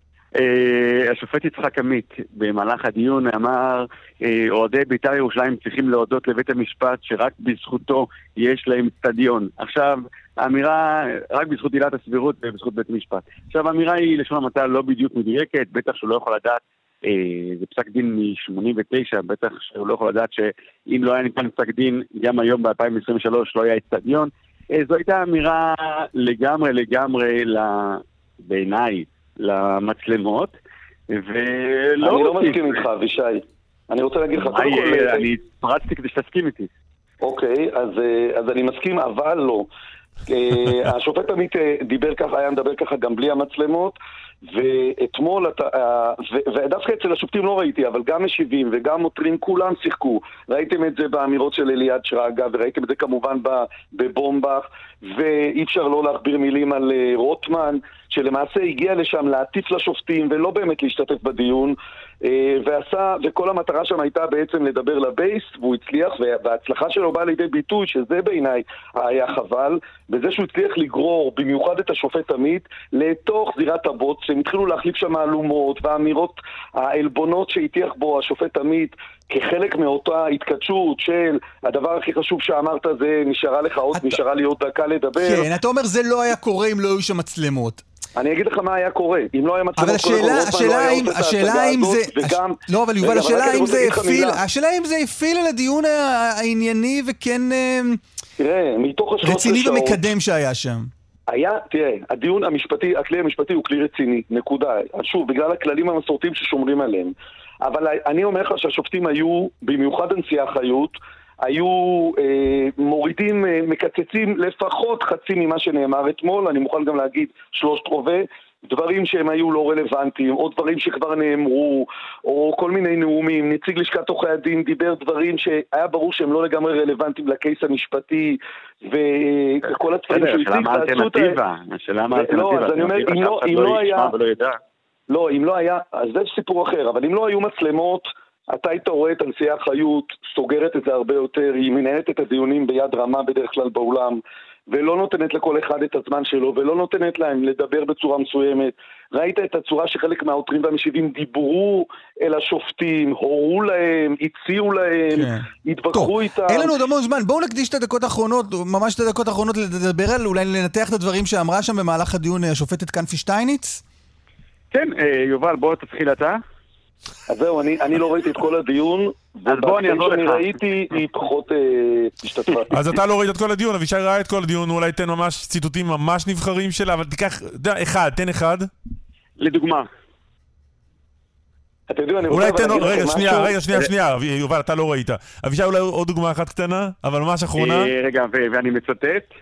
השופט יצחק עמית במהלך הדיון אמר, אוהדי בית"ר ירושלים צריכים להודות לבית המשפט שרק בזכותו יש להם סטדיון. עכשיו, האמירה, רק בזכות עילת הסבירות ובזכות בית המשפט. עכשיו, האמירה היא לשון המעטה לא בדיוק מדויקת, בטח שהוא לא יכול לדעת, זה פסק דין מ-שמונים ותשע, בטח שהוא לא יכול לדעת שאם לא היה ניתן פסק דין, גם היום ב-אלפיים עשרים ושלוש לא היה סטדיון. זו הייתה אמירה לגמרי לגמרי בעיניי למצלמות, ולא... אני לא מסכים איתך, אבישי. אני רוצה להגיד לך... אני פרצתי כדי שתסכים איתי. אוקיי, אז אני מסכים, אבל לא. השופט עמית דיבר ככה, היה מדבר ככה גם בלי המצלמות, ואתמול, ודווקא אצל השופטים לא ראיתי, אבל גם משיבים וגם מותרים, כולם שיחקו. ראיתם את זה באמירות של אליעד שרגא, וראיתם את זה כמובן בבומבך, ואי אפשר לא להכביר מילים על רוטמן, שלמעשה הגיע לשם להטיף לשופטים ולא באמת להשתתף בדיון, ועשה, וכל המטרה שם הייתה בעצם לדבר לבייס, והוא הצליח, וההצלחה שלו באה לידי ביטוי, שזה בעיניי היה חבל, בזה שהוא הצליח לגרור במיוחד את השופט עמית לתוך זירת הבוץ, שהם התחילו להחליף שם מהלומות והאמירות העלבונות שהטיח בו השופט עמית כחלק מאותה התקדשות של הדבר הכי חשוב שאמרת זה נשארה לך עוד, אתה... נשארה לי עוד דקה לדבר. כן, אתה אומר זה לא היה קורה אם לא היו שם מצלמות. אני אגיד לך מה היה קורה, אם לא היה מצלמות... אבל השאלה, השאלה אם, השאלה אם זה... וגם... לא, אבל יובל, השאלה אם זה הפיל, השאלה אם זה הפיל על הדיון הענייני וכן... תראה, מתוך השלוש רציני ומקדם שהיה שם. היה, תראה, הדיון המשפטי, הכלי המשפטי הוא כלי רציני, נקודה. שוב, בגלל הכללים המסורתיים ששומרים עליהם. אבל אני אומר לך שהשופטים היו, במיוחד הנשיאה חיות, היו אה, מורידים, אה, מקצצים לפחות חצי ממה שנאמר אתמול, אני מוכן גם להגיד שלושת רובה, דברים שהם היו לא רלוונטיים, או דברים שכבר נאמרו, או כל מיני נאומים. נציג לשכת עורכי הדין דיבר דברים שהיה ברור שהם לא לגמרי רלוונטיים לקייס המשפטי, וכל הצפרים שהוא הציג, השאלה מה האלטרנטיבה? השאלה מה האלטרנטיבה? לא, אז אני אומר, אם לא היה... לא, אם לא היה, אז זה סיפור אחר, אבל אם לא היו מצלמות, אתה היית רואה את הנשיאה חיות, סוגרת את זה הרבה יותר, היא מנהלת את הדיונים ביד רמה בדרך כלל באולם, ולא נותנת לכל אחד את הזמן שלו, ולא נותנת להם לדבר בצורה מסוימת. ראית את הצורה שחלק מהעותרים והמשיבים דיברו אל השופטים, הורו להם, הציעו להם, כן. התווכחו איתם. אין לנו עוד המון זמן, בואו נקדיש את הדקות האחרונות, ממש את הדקות האחרונות לדבר על, אולי לנתח את הדברים שאמרה שם במהלך הדיון השופטת כנפי שטייניץ? כן, יובל, בוא תתחיל אתה. אז זהו, אני, אני לא ראיתי את כל הדיון, אז בוא אני אעזור לך. שאני ראיתי, היא פחות השתתפה. אז אתה לא ראית את כל הדיון, אבישי ראה את כל הדיון, אולי תן ממש ציטוטים ממש נבחרים שלה, אבל תיקח, אחד, תן אחד. לדוגמה. אתה יודע, אני אולי תן, רגע, שנייה, רגע, שנייה, שנייה, יובל, אתה לא ראית. אבישי, אולי עוד דוגמה אחת קטנה, אבל ממש אחרונה. רגע, ואני מצטט.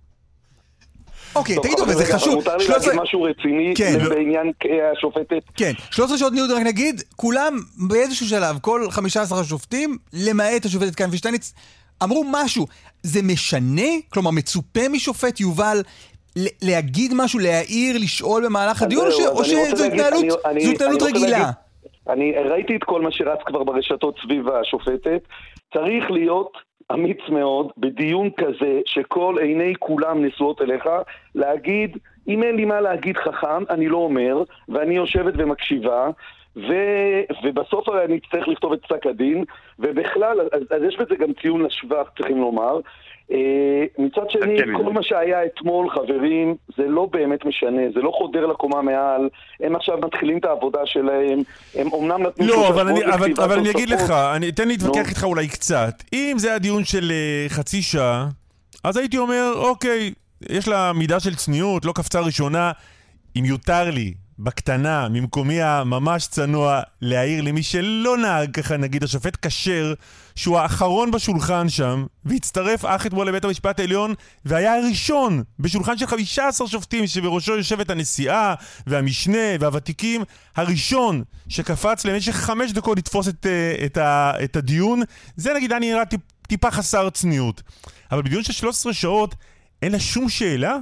אוקיי, תגידו, וזה חשוב. מותר לי להגיד משהו רציני בעניין השופטת. כן, שלוש עשרה שעות ניוד, רק נגיד, כולם באיזשהו שלב, כל חמישה עשר השופטים, למעט השופטת כנפי שטייניץ, אמרו משהו. זה משנה? כלומר, מצופה משופט יובל להגיד משהו, להעיר, לשאול במהלך הדיון, או שזו התנהלות רגילה? אני ראיתי את כל מה שרץ כבר ברשתות סביב השופטת. צריך להיות אמיץ מאוד בדיון כזה שכל עיני כולם נשואות אליך, להגיד, אם אין לי מה להגיד חכם, אני לא אומר, ואני יושבת ומקשיבה, ו... ובסוף אני צריך לכתוב את פסק הדין, ובכלל, אז, אז יש בזה גם ציון לשבח, צריכים לומר. מצד שני, כל מה שהיה אתמול, חברים, זה לא באמת משנה, זה לא חודר לקומה מעל, הם עכשיו מתחילים את העבודה שלהם, הם אומנם נתנו... לא, אבל אני, אבל, אבל אני אגיד לך, אני, תן לי להתווכח איתך אולי קצת. אם זה הדיון של uh, חצי שעה, אז הייתי אומר, אוקיי, יש לה מידה של צניעות, לא קפצה ראשונה, אם יותר לי, בקטנה, ממקומי הממש צנוע, להעיר למי שלא נהג ככה, נגיד השופט כשר, שהוא האחרון בשולחן שם, והצטרף אך אתמול לבית המשפט העליון, והיה הראשון בשולחן של חמישה עשר שופטים, שבראשו יושבת הנשיאה, והמשנה, והוותיקים, הראשון שקפץ למשך חמש דקות לתפוס את, את, את הדיון, זה נגיד אני נראה טיפ, טיפה חסר צניעות. אבל בדיון של שלוש עשרה שעות, אין לה שום שאלה?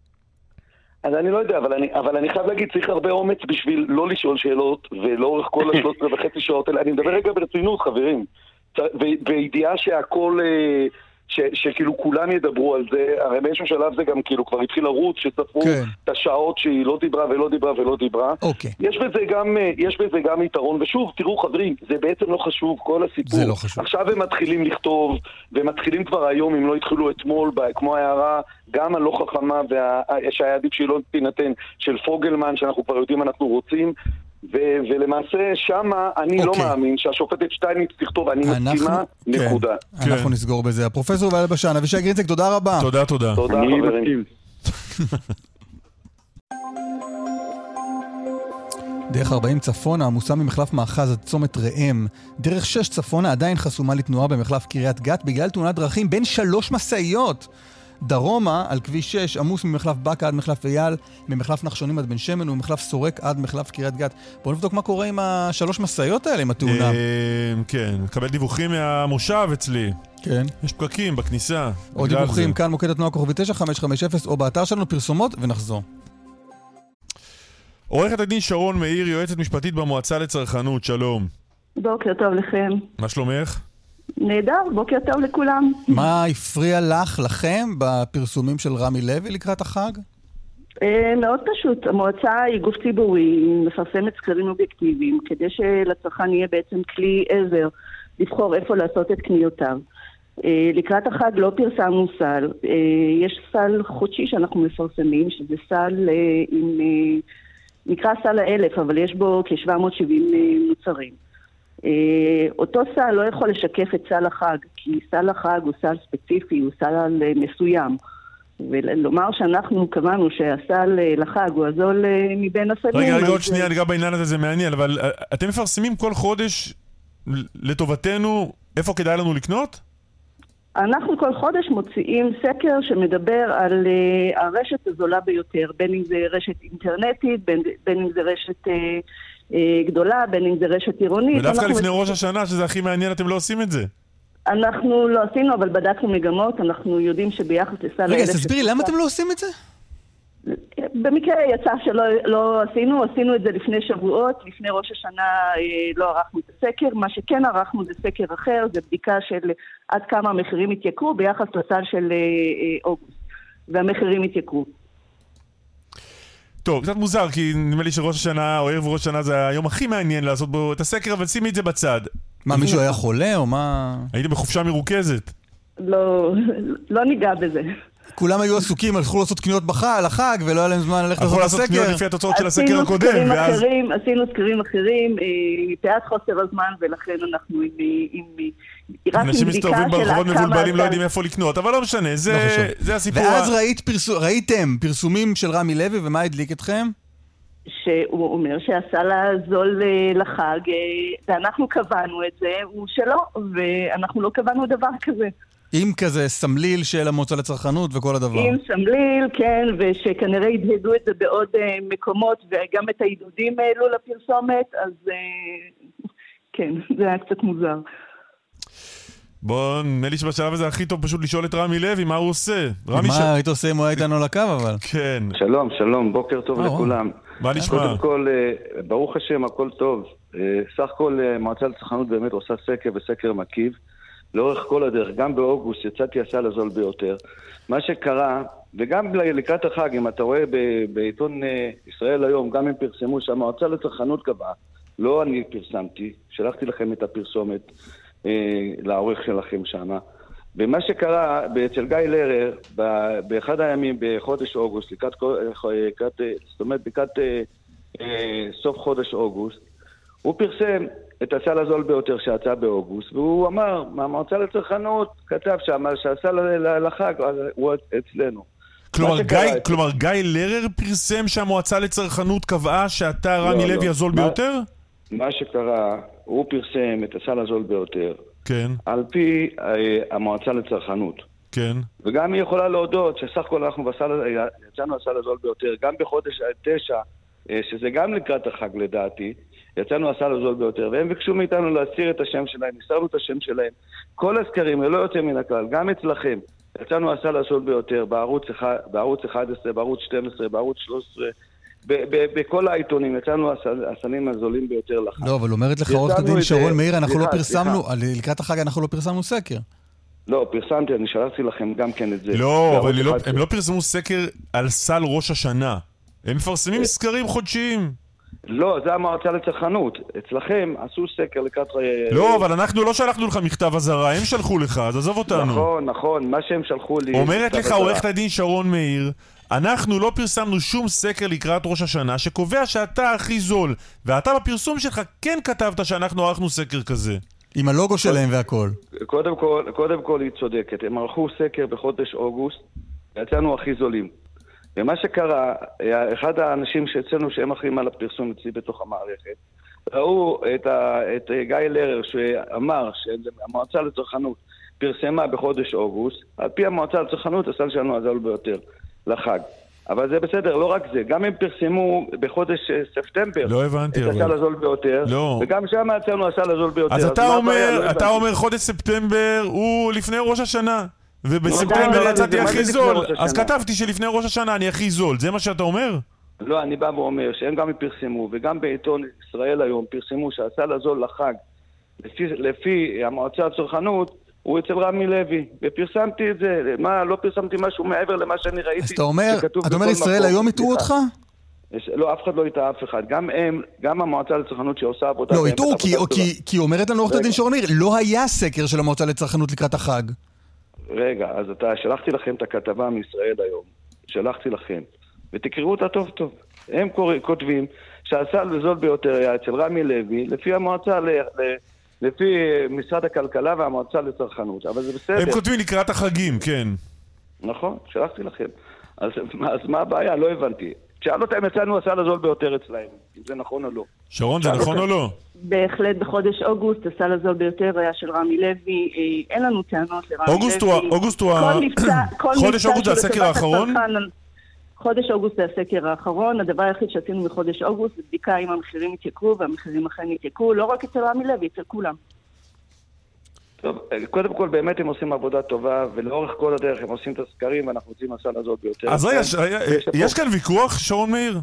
אז אני לא יודע, אבל אני, אבל אני חייב להגיד, צריך הרבה אומץ בשביל לא לשאול שאלות, ולאורך כל השלוש עשרה וחצי שעות האלה. אני מדבר רגע ברצינות, חברים. בידיעה שהכל, ש, שכאילו כולם ידברו על זה, הרי באיזשהו שלב זה גם כאילו כבר התחיל לרוץ, שספרו כן. את השעות שהיא לא דיברה ולא דיברה ולא דיברה. אוקיי. יש בזה גם, יש בזה גם יתרון, ושוב, תראו חברים, זה בעצם לא חשוב, כל הסיפור. זה לא חשוב. עכשיו הם מתחילים לכתוב, ומתחילים כבר היום, אם לא התחילו אתמול, כמו הערה, גם הלא חכמה, שהיה עדיף שהיא לא תינתן, של פוגלמן, שאנחנו כבר יודעים מה אנחנו רוצים, ו- ולמעשה שמה אני okay. לא מאמין שהשופטת שטייניץ תכתוב, אני אנחנו, מסכימה, כן. נקודה. כן. אנחנו נסגור בזה. הפרופסור ואל בשן, אבישי גרינצק, תודה רבה. תודה, תודה. תודה, חברים. דרך ארבעים צפונה, עמוסה ממחלף מאחז עד צומת ראם. דרך שש צפונה עדיין חסומה לתנועה במחלף קריית גת, בגלל תאונת דרכים בין שלוש מסעיות. דרומה, על כביש שש, עמוס ממחלף בקה עד מחלף אייל, ממחלף נחשונים עד בן שמן, וממחלף סורק עד מחלף קריית גת. בואו נבדוק מה קורה עם השלוש מסעיות האלה, עם התאונה. כן, קבל דיווחים מהמושב אצלי. כן. יש פקקים בכניסה. עוד דיווחים כאן מוקד התנועה כוכבי תשע חמש חמש אפס, או באתר שלנו פרסומות, ונחזור. עורכת הדין שרון מאיר, יועצת משפטית במועצה לצרכנות, שלום. בוקר טוב לכם. מה שלומך? נהדר, בוקר טוב לכולם. מה הפריע לך, לכם, בפרסומים של רמי לוי לקראת החג? מאוד פשוט. המועצה היא גוף ציבורי, היא מפרסמת סקרים אובייקטיביים, כדי שלצרכן יהיה בעצם כלי עזר לבחור איפה לעשות את קניותיו. לקראת החג לא פרסמנו סל. יש סל חודשי שאנחנו מפרסמים, שזה סל עם... נקרא סל האלף, אבל יש בו כ-שבע מאות שבעים מוצרים. אותו סל לא יכול לשקף את סל החג, כי סל החג הוא סל ספציפי, הוא סל מסוים. ולומר שאנחנו קבענו שהסל לחג הוא הזול מבין הסלים. רגע, רגע, עוד שנייה, רגע בעניין הזה, זה מעניין, אבל אתם מפרסמים כל חודש לטובתנו איפה כדאי לנו לקנות? אנחנו כל חודש מוציאים סקר שמדבר על uh, הרשת הזולה ביותר, בין אם זה רשת אינטרנטית, בין, בין אם זה רשת uh, uh, גדולה, בין אם זה רשת עירונית. ודווקא לפני ראש השנה, שזה הכי מעניין, אתם לא עושים את זה. אנחנו לא עשינו, אבל בדקנו מגמות, אנחנו יודעים שביחס לסל... רגע, תסבירי, למה אתם לא עושים את זה? במקרה יצא שלא לא עשינו, עשינו את זה לפני שבועות, לפני ראש השנה לא ערכנו את הסקר, מה שכן ערכנו זה סקר אחר, זה בדיקה של עד כמה המחירים התייקרו ביחס לסל של אוגוסט, והמחירים התייקרו. טוב, קצת מוזר, כי נדמה לי שראש השנה או ערב ראש השנה זה היום הכי מעניין לעשות בו את הסקר, אבל שימי את זה בצד. מה, מישהו היה חולה או מה? הייתם בחופשה מרוכזת. לא, לא ניגע בזה. כולם היו עסוקים, הלכו לעשות קניות בחג, לחג, ולא היה להם זמן ללכת לעשות הסקר. לעשות קניות לפי התוצאות של הסקר הקודם, ואז... עשינו סקרים אחרים, מפאת חוסר הזמן, ולכן אנחנו עם... אנשים מסתובבים ברחובות מבולבלים, לא יודעים איפה לקנות, אבל לא משנה, זה הסיפור. ואז ראיתם פרסומים של רמי לוי, ומה הדליק אתכם? שהוא אומר שהסל הזול לחג, ואנחנו קבענו את זה, הוא שלא, ואנחנו לא קבענו דבר כזה. עם כזה סמליל של המועצה לצרכנות וכל הדבר. עם סמליל, כן, ושכנראה ידהדו את זה בעוד uh, מקומות, וגם את העידודים העלו לפרסומת, אז uh, כן, זה היה קצת מוזר. בוא, נראה לי שבשלב הזה הכי טוב פשוט לשאול את רמי לוי, מה הוא עושה? מה ש... היית עושה אם הוא היה איתנו לקו, אבל? כן. שלום, שלום, בוקר טוב או, לכולם. מה נשמע? קודם כל, ברוך השם, הכל טוב. סך הכל, מועצה לצרכנות באמת עושה סקר וסקר מקיף. לאורך כל הדרך, גם באוגוסט יצאתי הסל הזול ביותר. מה שקרה, וגם לקראת החג, אם אתה רואה בעיתון ישראל היום, גם הם פרסמו שהמועצה לצרכנות קבעה, לא אני פרסמתי, שלחתי לכם את הפרסומת אה, לעורך שלכם שמה. ומה שקרה, אצל גיא לרר, באחד הימים בחודש אוגוסט, לקראת, לקראת, זאת אומרת, לקראת אה, סוף חודש אוגוסט, הוא פרסם את הסל הזול ביותר שיצא באוגוסט, והוא אמר, מהמועצה לצרכנות, כתב שם, שהסל לחג הוא אצלנו. כלומר, גיא, כלומר, גיא לרר פרסם שהמועצה לצרכנות קבעה שאתה רמי לוי הזול ביותר? מה שקרה, הוא פרסם את הסל הזול ביותר. כן. על פי המועצה לצרכנות. כן. וגם היא יכולה להודות שסך הכל אנחנו בסל, יצאנו הסל הזול ביותר, גם בחודש תשע, שזה גם לקראת החג לדעתי, יצאנו הסל הזול ביותר, והם ביקשו מאיתנו להסיר את השם שלהם, נסרנו את השם שלהם. כל הסקרים, לא יוצא מן הכלל, גם אצלכם, יצאנו הסל הזול ביותר, בערוץ, בערוץ אחת עשרה, בערוץ שתים עשרה, בערוץ שלוש עשרה, בכל העיתונים, יצאנו הסלים הזולים ביותר לחג. לא, אבל אומרת לך עורכת הדין שרון מאיר, אנחנו לא פרסמנו, לקראת החג אנחנו לא פרסמנו סקר. לא, פרסמתי, אני שלחתי לכם גם כן את זה. לא, אבל הם לא פרסמו סקר על סל ראש השנה. הם מפרסמים סקרים חודשיים. לא, זה המועצה לצרכנות. אצלכם עשו סקר לקראת... לא, אבל אנחנו לא שלחנו לך מכתב הזרה, הם שלחו לך, אז עזוב אותנו. נכון, נכון, מה שהם שלחו לי... אומרת לך עורכת הדין שרון מאיר, אנחנו לא פרסמנו שום סקר לקראת ראש השנה שקובע שאתה הכי זול, ואתה בפרסום שלך כן כתבת שאנחנו ערכנו סקר כזה. עם הלוגו שלהם והכל. קודם כל, קודם כל היא צודקת. הם ערכו סקר בחודש אוגוסט, יצאנו הכי זולים. ומה שקרה, אחד האנשים שאצלנו שהם אחרים על הפרסום אצלי בתוך המערכת, ראו את, ה, את גיא לרר שאמר שהמועצה לצרכנות פרסמה בחודש אוגוסט, על פי המועצה לצרכנות הסל שלנו הזול ביותר לחג. אבל זה בסדר, לא רק זה, גם הם פרסמו בחודש ספטמבר לא הבנתי, את הסל הזול ביותר, לא. וגם שם יצאנו הסל הזול ביותר. אז, אז אתה אומר, לא אתה אומר חודש ספטמבר הוא לפני ראש השנה, ובספטמבר יצאתי הכי זול, אז כתבתי שלפני ראש השנה אני הכי זול, זה מה שאתה אומר? לא, אני בא ואומר שהם גם פרסמו, וגם בעיתון ישראל היום פרסמו שהסל הזול לחג, לפי, לפי המועצה לצרכנות, הוא אצל רמי לוי, ופרסמתי את זה. מה, לא פרסמתי משהו מעבר למה שאני ראיתי. אז אתה אומר, אתה אומר ישראל היום יטעו אותך? לא, אף אחד לא יטעה אף אחד. גם הם, גם המועצה לצרכנות שעושה עבודה... לא, יטעו, כי אומרת לנו עורכת הדין שרון מאיר, לא היה סקר של המועצה לצרכנות לקראת החג. רגע, אז אתה, שלחתי לכם את הכתבה מישראל היום. שלחתי לכם. ותקראו אותה טוב טוב. הם כותבים שהסל הזול ביותר היה אצל רמי לוי, לפי המועצה ל... לפי משרד הכלכלה והמועצה לצרכנות, אבל זה בסדר. הם כותבים לקראת החגים, כן. נכון, שלחתי לכם. אז, אז מה הבעיה? לא הבנתי. שאל אותה אם יצאנו הסל הזול ביותר אצלהם, אם זה נכון או לא. שרון, זה נכון או לא? בהחלט בחודש אוגוסט הסל הזול ביותר היה של רמי לוי, אין לנו טענות לרמי לוי. אוגוסט הוא... חודש אוגוסט זה הסקר האחרון? חודש אוגוסט זה הסקר האחרון, הדבר היחיד שעשינו מחודש אוגוסט זה בדיקה אם המחירים התייקרו, והמחירים אכן התייקרו, לא רק אצל רמי לוי, אצל כולם. טוב, קודם כל באמת הם עושים עבודה טובה, ולאורך כל הדרך הם עושים את הסקרים, ואנחנו רוצים הסל הזאת ביותר. אז רגע, יש כאן ויכוח, שרון מאיר?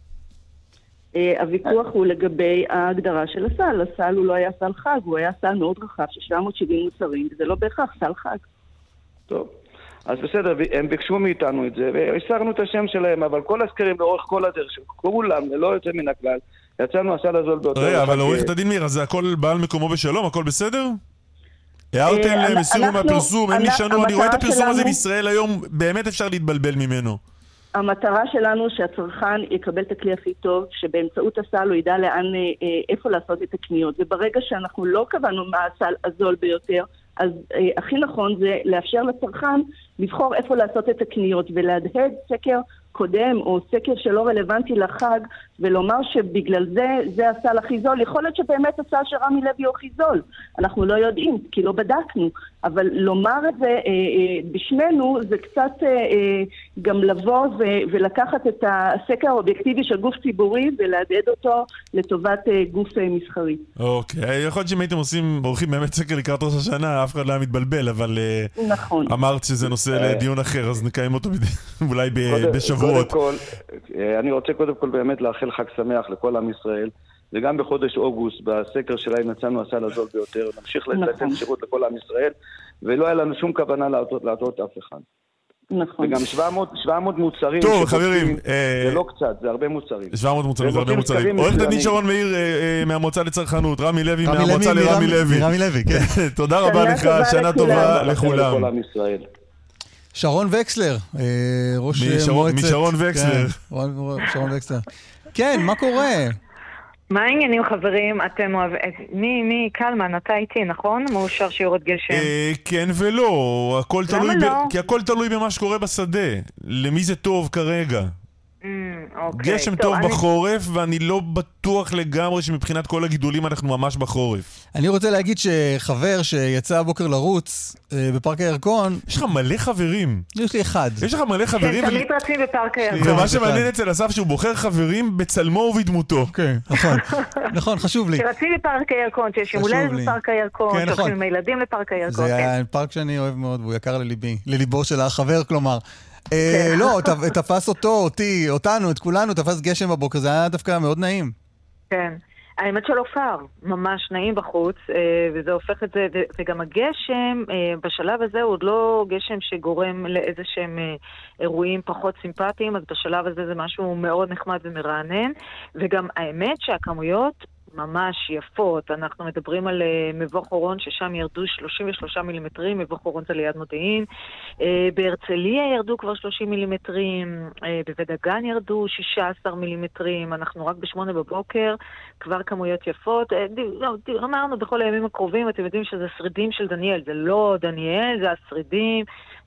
הוויכוח הוא לגבי ההגדרה של הסל. הסל הוא לא היה סל חג, הוא היה סל מאוד רחב של שבע מאות שבעים מוצרים, וזה לא בהכרח סל חג. טוב. אז בסדר, הם ביקשו מאיתנו את זה, והסרנו את השם שלהם, אבל כל הסקרים לאורך כל הדרך, שכולם, ללא יוצא מן הכלל, יצאנו הסל הזול באותו... רגע, אבל עורכת הדין מאיר, אז זה הכל בעל מקומו בשלום? הכל בסדר? הערתם להם, הסירו מהפרסום, הם נשענו, אני רואה את הפרסום הזה בישראל היום, באמת אפשר להתבלבל ממנו. המטרה שלנו שהצרכן יקבל את הכלי הכי טוב, שבאמצעות הסל הוא ידע לאן, איפה לעשות את הקניות, וברגע שאנחנו לא קבענו מה הסל הזול ביותר, אז אה, הכי נכון זה לאפשר לצרכן לבחור איפה לעשות את הקניות ולהדהד סקר קודם או סקר שלא רלוונטי לחג ולומר שבגלל זה זה הסל הכי זול. יכול להיות שבאמת הסל של רמי לוי הוא הכי זול. אנחנו לא יודעים כי לא בדקנו. אבל לומר את זה אה, אה, בשמנו זה קצת אה, אה, גם לבוא ו- ולקחת את הסקר האובייקטיבי של גוף ציבורי ולהדהד אותו לטובת אה, גוף אה, מסחרי. אוקיי, יכול להיות שאם הייתם עושים, עורכים באמת סקר לקראת ראש השנה, אף אחד לא היה מתבלבל, אבל נכון. אמרת שזה נושא לדיון אחר, אז נקיים אותו אולי בשבועות. קודם כל, אני רוצה קודם כל באמת לאחל חג שמח לכל עם ישראל, וגם בחודש אוגוסט, בסקר שלהם יצאנו הסל הזול ביותר, נמשיך לתת שירות לכל עם ישראל, ולא היה לנו שום כוונה להטעות אף אחד. נכון. וגם שבע מאות מוצרים. טוב, חברים. זה לא קצת, זה הרבה מוצרים. שבע מאות מוצרים, זה הרבה מוצרים. עורכת הדין שרון מאיר מהמועצה לצרכנות, רמי לוי מהמועצה לרמי לוי. רמי לוי, כן. תודה רבה לך, שנה טובה לכולם. שרון וקסלר, ראש מועצת... משרון וקסלר. שרון וקסלר. כן, מה קורה? מה העניינים חברים? אתם אוהב... מי, מי, קלמן, אתה איתי, נכון? מאושר שיורד גשם. כן ולא, הכל תלוי... למה לא? כי הכל תלוי במה שקורה בשדה. למי זה טוב כרגע? גשם טוב בחורף, ואני לא בטוח לגמרי שמבחינת כל הגידולים אנחנו ממש בחורף. אני רוצה להגיד שחבר שיצא הבוקר לרוץ בפארק הירקון... יש לך מלא חברים. יש לי אחד. יש לך מלא חברים. תמיד רצים בפארק הירקון. ומה שמעניין אצל אסף שהוא בוחר חברים בצלמו ובדמותו. כן, נכון. נכון, חשוב לי. שרצים בפארק הירקון, שיש יום הולדת בפארק הירקון, שהולכים עם הילדים לפארק הירקון. זה פארק שאני אוהב מאוד, והוא יקר לליבי. לליבו של החבר, כלומר. לא, תפס אותו, אותי, אותנו, את כולנו, תפס גשם בבוקר, זה היה דווקא מאוד נעים. כן, האמת שלא פר, ממש נעים בחוץ, וזה הופך את זה, וגם הגשם בשלב הזה הוא עוד לא גשם שגורם לאיזה שהם אירועים פחות סימפטיים, אז בשלב הזה זה משהו מאוד נחמד ומרענן, וגם האמת שהכמויות ממש יפות. אנחנו מדברים על uh, מבוא חורון ששם ירדו שלושים ושלושה מילימטרים, מבוא חורון זה ליד מודיעין. Uh, בהרצליה ירדו כבר שלושים מילימטרים, uh, בבית דגן ירדו שישה עשר מילימטרים, אנחנו רק בשמונה בבוקר, כבר כמויות יפות. Uh, לא, אמרנו בכל הימים הקרובים, אתם יודעים שזה שרידים של דניאל, זה לא דניאל, זה השרידים,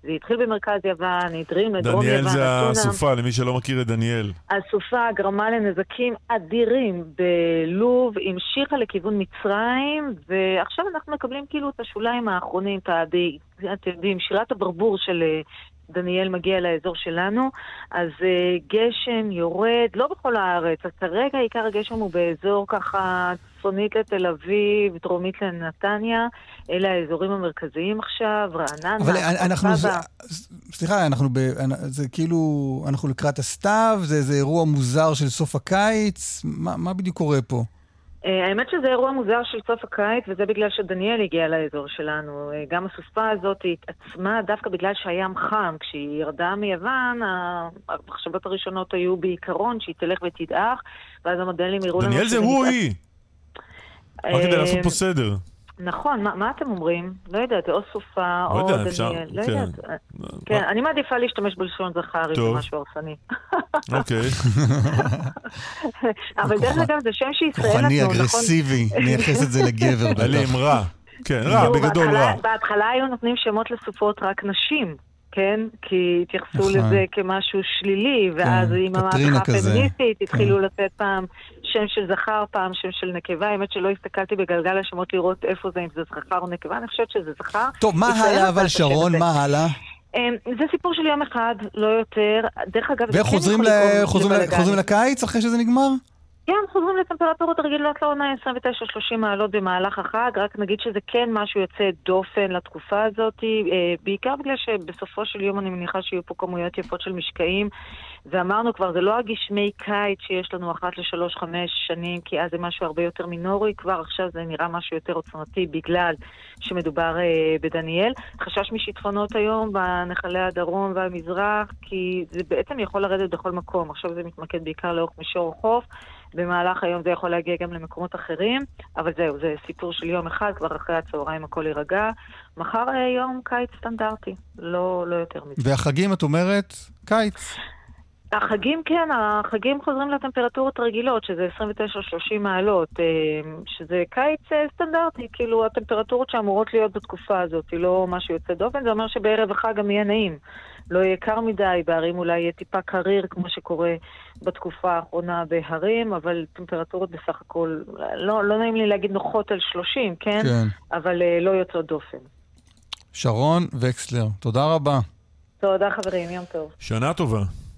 זה התחיל במרכז יוון, הדרים לדרום יוון. דניאל זה הסופה, למי שלא מכיר את דניאל. הסופה גרמה לנזקים אדירים בלוב, המשיכה לכיוון מצרים, ועכשיו אנחנו מקבלים כאילו את השוליים האחרונים, אתם יודעים, שירת הברבור של דניאל מגיע לאזור שלנו, אז גשם יורד, לא בכל הארץ, אז כרגע עיקר הגשם הוא באזור ככה צפונית לתל אביב, דרומית לנתניה, אלה האזורים המרכזיים עכשיו, רעננה, אבל אנחנו, זה, סליחה, אנחנו ב, זה כאילו, אנחנו לקראת הסתיו, זה, זה אירוע מוזר של סוף הקיץ, מה, מה בדיוק קורה פה? האמת שזה אירוע מוזר של סוף הקיץ, וזה בגלל שדניאל הגיע לאזור שלנו. גם הסופה הזאת התעצמה דווקא בגלל שהים חם. כשהיא ירדה מיוון, המחשבות הראשונות היו בעיקרון שהיא תלך ותדעך, ואז המודלים הראו לנו... דניאל זה הוא היא! רק כדי לעשות פה סדר. נכון, מה, מה אתם אומרים? לא יודעת, או סופה או דניאל. אפשר, לא כן. יודעת. כן, אני מעדיפה להשתמש בלשון זכר, אם זה משהו הרסני. אוקיי. אבל דרך אגב, זה שם שישראל נתנו, כוחני אגרסיבי, נייחס את זה לגבר. עליהם רע. כן, רע, בגדול רע. בהתחלה היו נותנים שמות לסופות רק נשים. כן? כי התייחסו לזה כמשהו שלילי, ואז עם המהפכה הפמיניסטית התחילו לתת פעם שם של זכר, פעם שם של נקבה. האמת שלא הסתכלתי בגלגל השמות לראות איפה זה, אם זה זכר או נקבה, אני חושבת שזה זכר. טוב, מה הלאה אבל שרון? מה הלאה? זה סיפור של יום אחד, לא יותר. דרך אגב, וחוזרים לקיץ אחרי שזה נגמר? כן, חוזרים לטמפרטורות רגילות לעונה עשרים ותשע שלושים מעלות במהלך החג, רק נגיד שזה כן משהו יוצא דופן לתקופה הזאת, בעיקר בגלל שבסופו של יום אני מניחה שיהיו פה כמויות יפות של משקעים, ואמרנו כבר, זה לא הגשמי קיץ שיש לנו אחת לשלוש חמש שנים, כי אז זה משהו הרבה יותר מינורי, כבר עכשיו זה נראה משהו יותר עוצמתי בגלל שמדובר בדניאל. חשש משיטפונות היום בנחלי הדרום והמזרח, כי זה בעצם יכול לרדת בכל מקום, עכשיו זה מתמקד בעיקר לאורך מישור החוף, במהלך היום זה יכול להגיע גם למקומות אחרים, אבל זהו, זה סיפור של יום אחד, כבר אחרי הצהריים הכל יירגע. מחר יום קיץ סטנדרטי, לא, לא יותר מזה. והחגים, את אומרת, קיץ? החגים, כן, החגים חוזרים לטמפרטורות רגילות, שזה עשרים ותשע שלושים מעלות, שזה קיץ סטנדרטי, כאילו הטמפרטורות שאמורות להיות בתקופה הזאת, לא משהו יוצא דופן, זה אומר שבערב החג גם יהיה נעים. לא יהיה קר מדי, בערים אולי יהיה טיפה קריר, כמו שקורה בתקופה האחרונה בהרים, אבל טמפרטורות בסך הכל, לא, לא נעים לי להגיד נוחות על שלושים, כן? כן. אבל לא יוצאות דופן. שרון וקסלר, תודה רבה. תודה חברים, יום טוב. שנה טובה.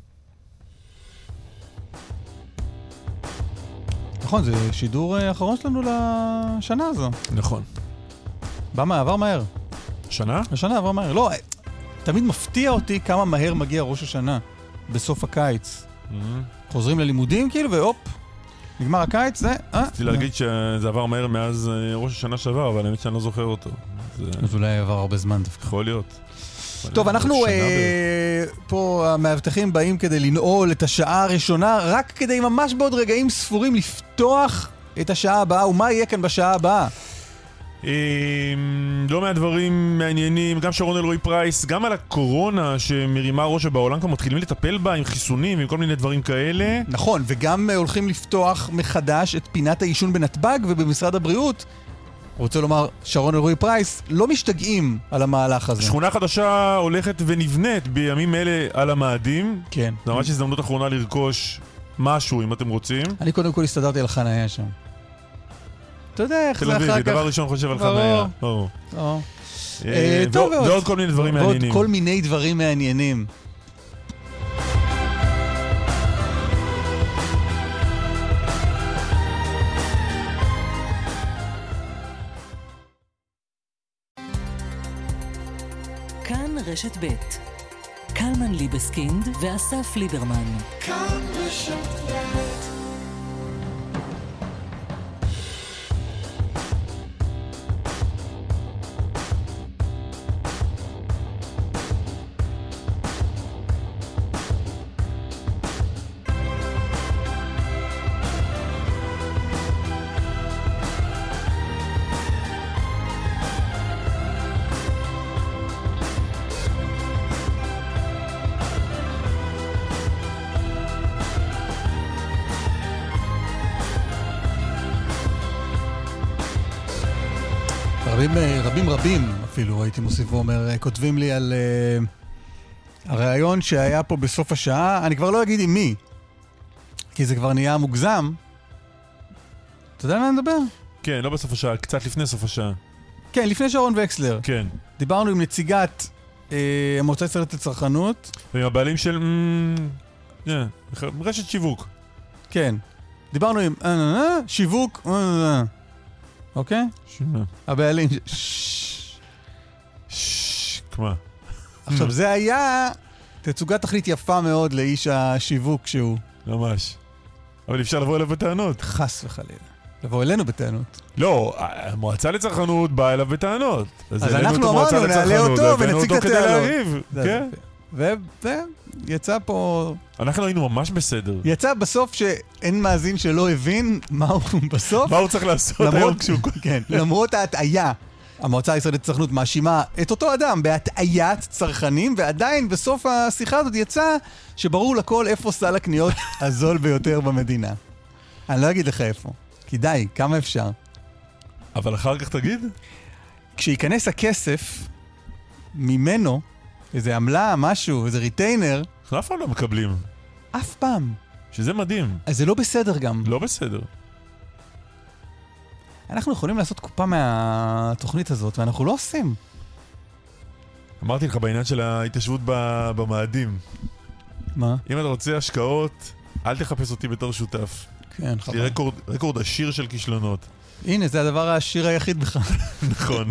נכון, זה שידור האחרון שלנו לשנה הזו. נכון. בא מה, עבר מהר. שנה? השנה עבר מהר. לא, תמיד מפתיע אותי כמה מהר מגיע ראש השנה, בסוף הקיץ. חוזרים ללימודים כאילו, והופ, נגמר הקיץ, זה... רציתי להגיד שזה עבר מהר מאז ראש השנה שעבר, אבל האמת שאני לא זוכר אותו. אז אולי עבר הרבה זמן דווקא. יכול להיות. טוב, אנחנו פה המאבטחים באים כדי לנעול את השעה הראשונה, רק כדי ממש בעוד רגעים ספורים לפתוח את השעה הבאה, ומה יהיה כאן בשעה הבאה? לא מהדברים מעניינים, גם שרון אלרועי פרייס, גם על הקורונה שמרימה ראש בעולם, כבר מתחילים לטפל בה עם חיסונים ועם כל מיני דברים כאלה. נכון, וגם הולכים לפתוח מחדש את פינת העישון בנתב"ג, ובמשרד הבריאות רוצה לומר, שרון אלרועי פרייס, לא משתגעים על המהלך הזה. שכונה חדשה הולכת ונבנית בימים אלה על המאדים. כן. זה ממש הזדמנות אחרונה לרכוש משהו, אם אתם רוצים. אני קודם כל הסתדרתי על חניה שם. אתה יודע איך זה אחר כך. דבר ראשון חושב על חניה. טוב, ועוד כל מיני דברים מעניינים. ועוד כל מיני דברים מעניינים. כאן רשת ב' קלמן ליבסקינד ואסף ליברמן. כאן רשת ב' רבים, רבים רבים אפילו, הייתי מוסיף ואומר, כותבים לי על uh, הרעיון שהיה פה בסוף השעה, אני כבר לא אגיד עם מי, כי זה כבר נהיה מוגזם. אתה יודע מה אני מדבר? כן, לא בסוף השעה, קצת לפני סוף השעה. כן, לפני שרון וקסלר. כן. דיברנו עם נציגת אה, המועצה הישראלית לצרכנות. ועם הבעלים של... Mm, yeah, רשת שיווק. כן. דיברנו עם אה, אה, אה, שיווק, אה, אה, אוקיי? שמה. הבעלים... ששש, כמה. עכשיו, זה היה תצוגת תכלית יפה מאוד לאיש השיווק שהוא. ממש. אבל אפשר לבוא אליו בטענות. חס וחלילה. לבוא אלינו בטענות. לא, המועצה לצרכנות באה אליו בטענות. אז אנחנו אמרנו, נעלה אותו ונציג את הטענות. כן. ויצא פה... אנחנו היינו ממש בסדר. יצא בסוף שאין מאזין שלא הבין מה הוא בסוף. מה הוא צריך לעשות היום כשהוא... כן, למרות ההטעיה. המועצה הישראלית לצרכנות מאשימה את אותו אדם בהטעיית צרכנים, ועדיין בסוף השיחה הזאת יצא שברור לכל איפה סל הקניות הזול ביותר במדינה. אני לא אגיד לך איפה. כי די, כמה אפשר? אבל אחר כך תגיד? כשיכנס הכסף ממנו, איזה עמלה, משהו, איזה ריטיינר... אנחנו אף פעם לא מקבלים. אף פעם. שזה מדהים. אז זה לא בסדר גם. לא בסדר. אנחנו יכולים לעשות קופה מהתוכנית הזאת, ואנחנו לא עושים. אמרתי לך בעניין של ההתיישבות במאדים. מה? אם אתה רוצה השקעות, אל תחפש אותי בתור שותף. כן, חבל. יש לי רקורד, רקורד עשיר של כישלונות. הנה, זה הדבר העשיר היחיד בכלל. נכון.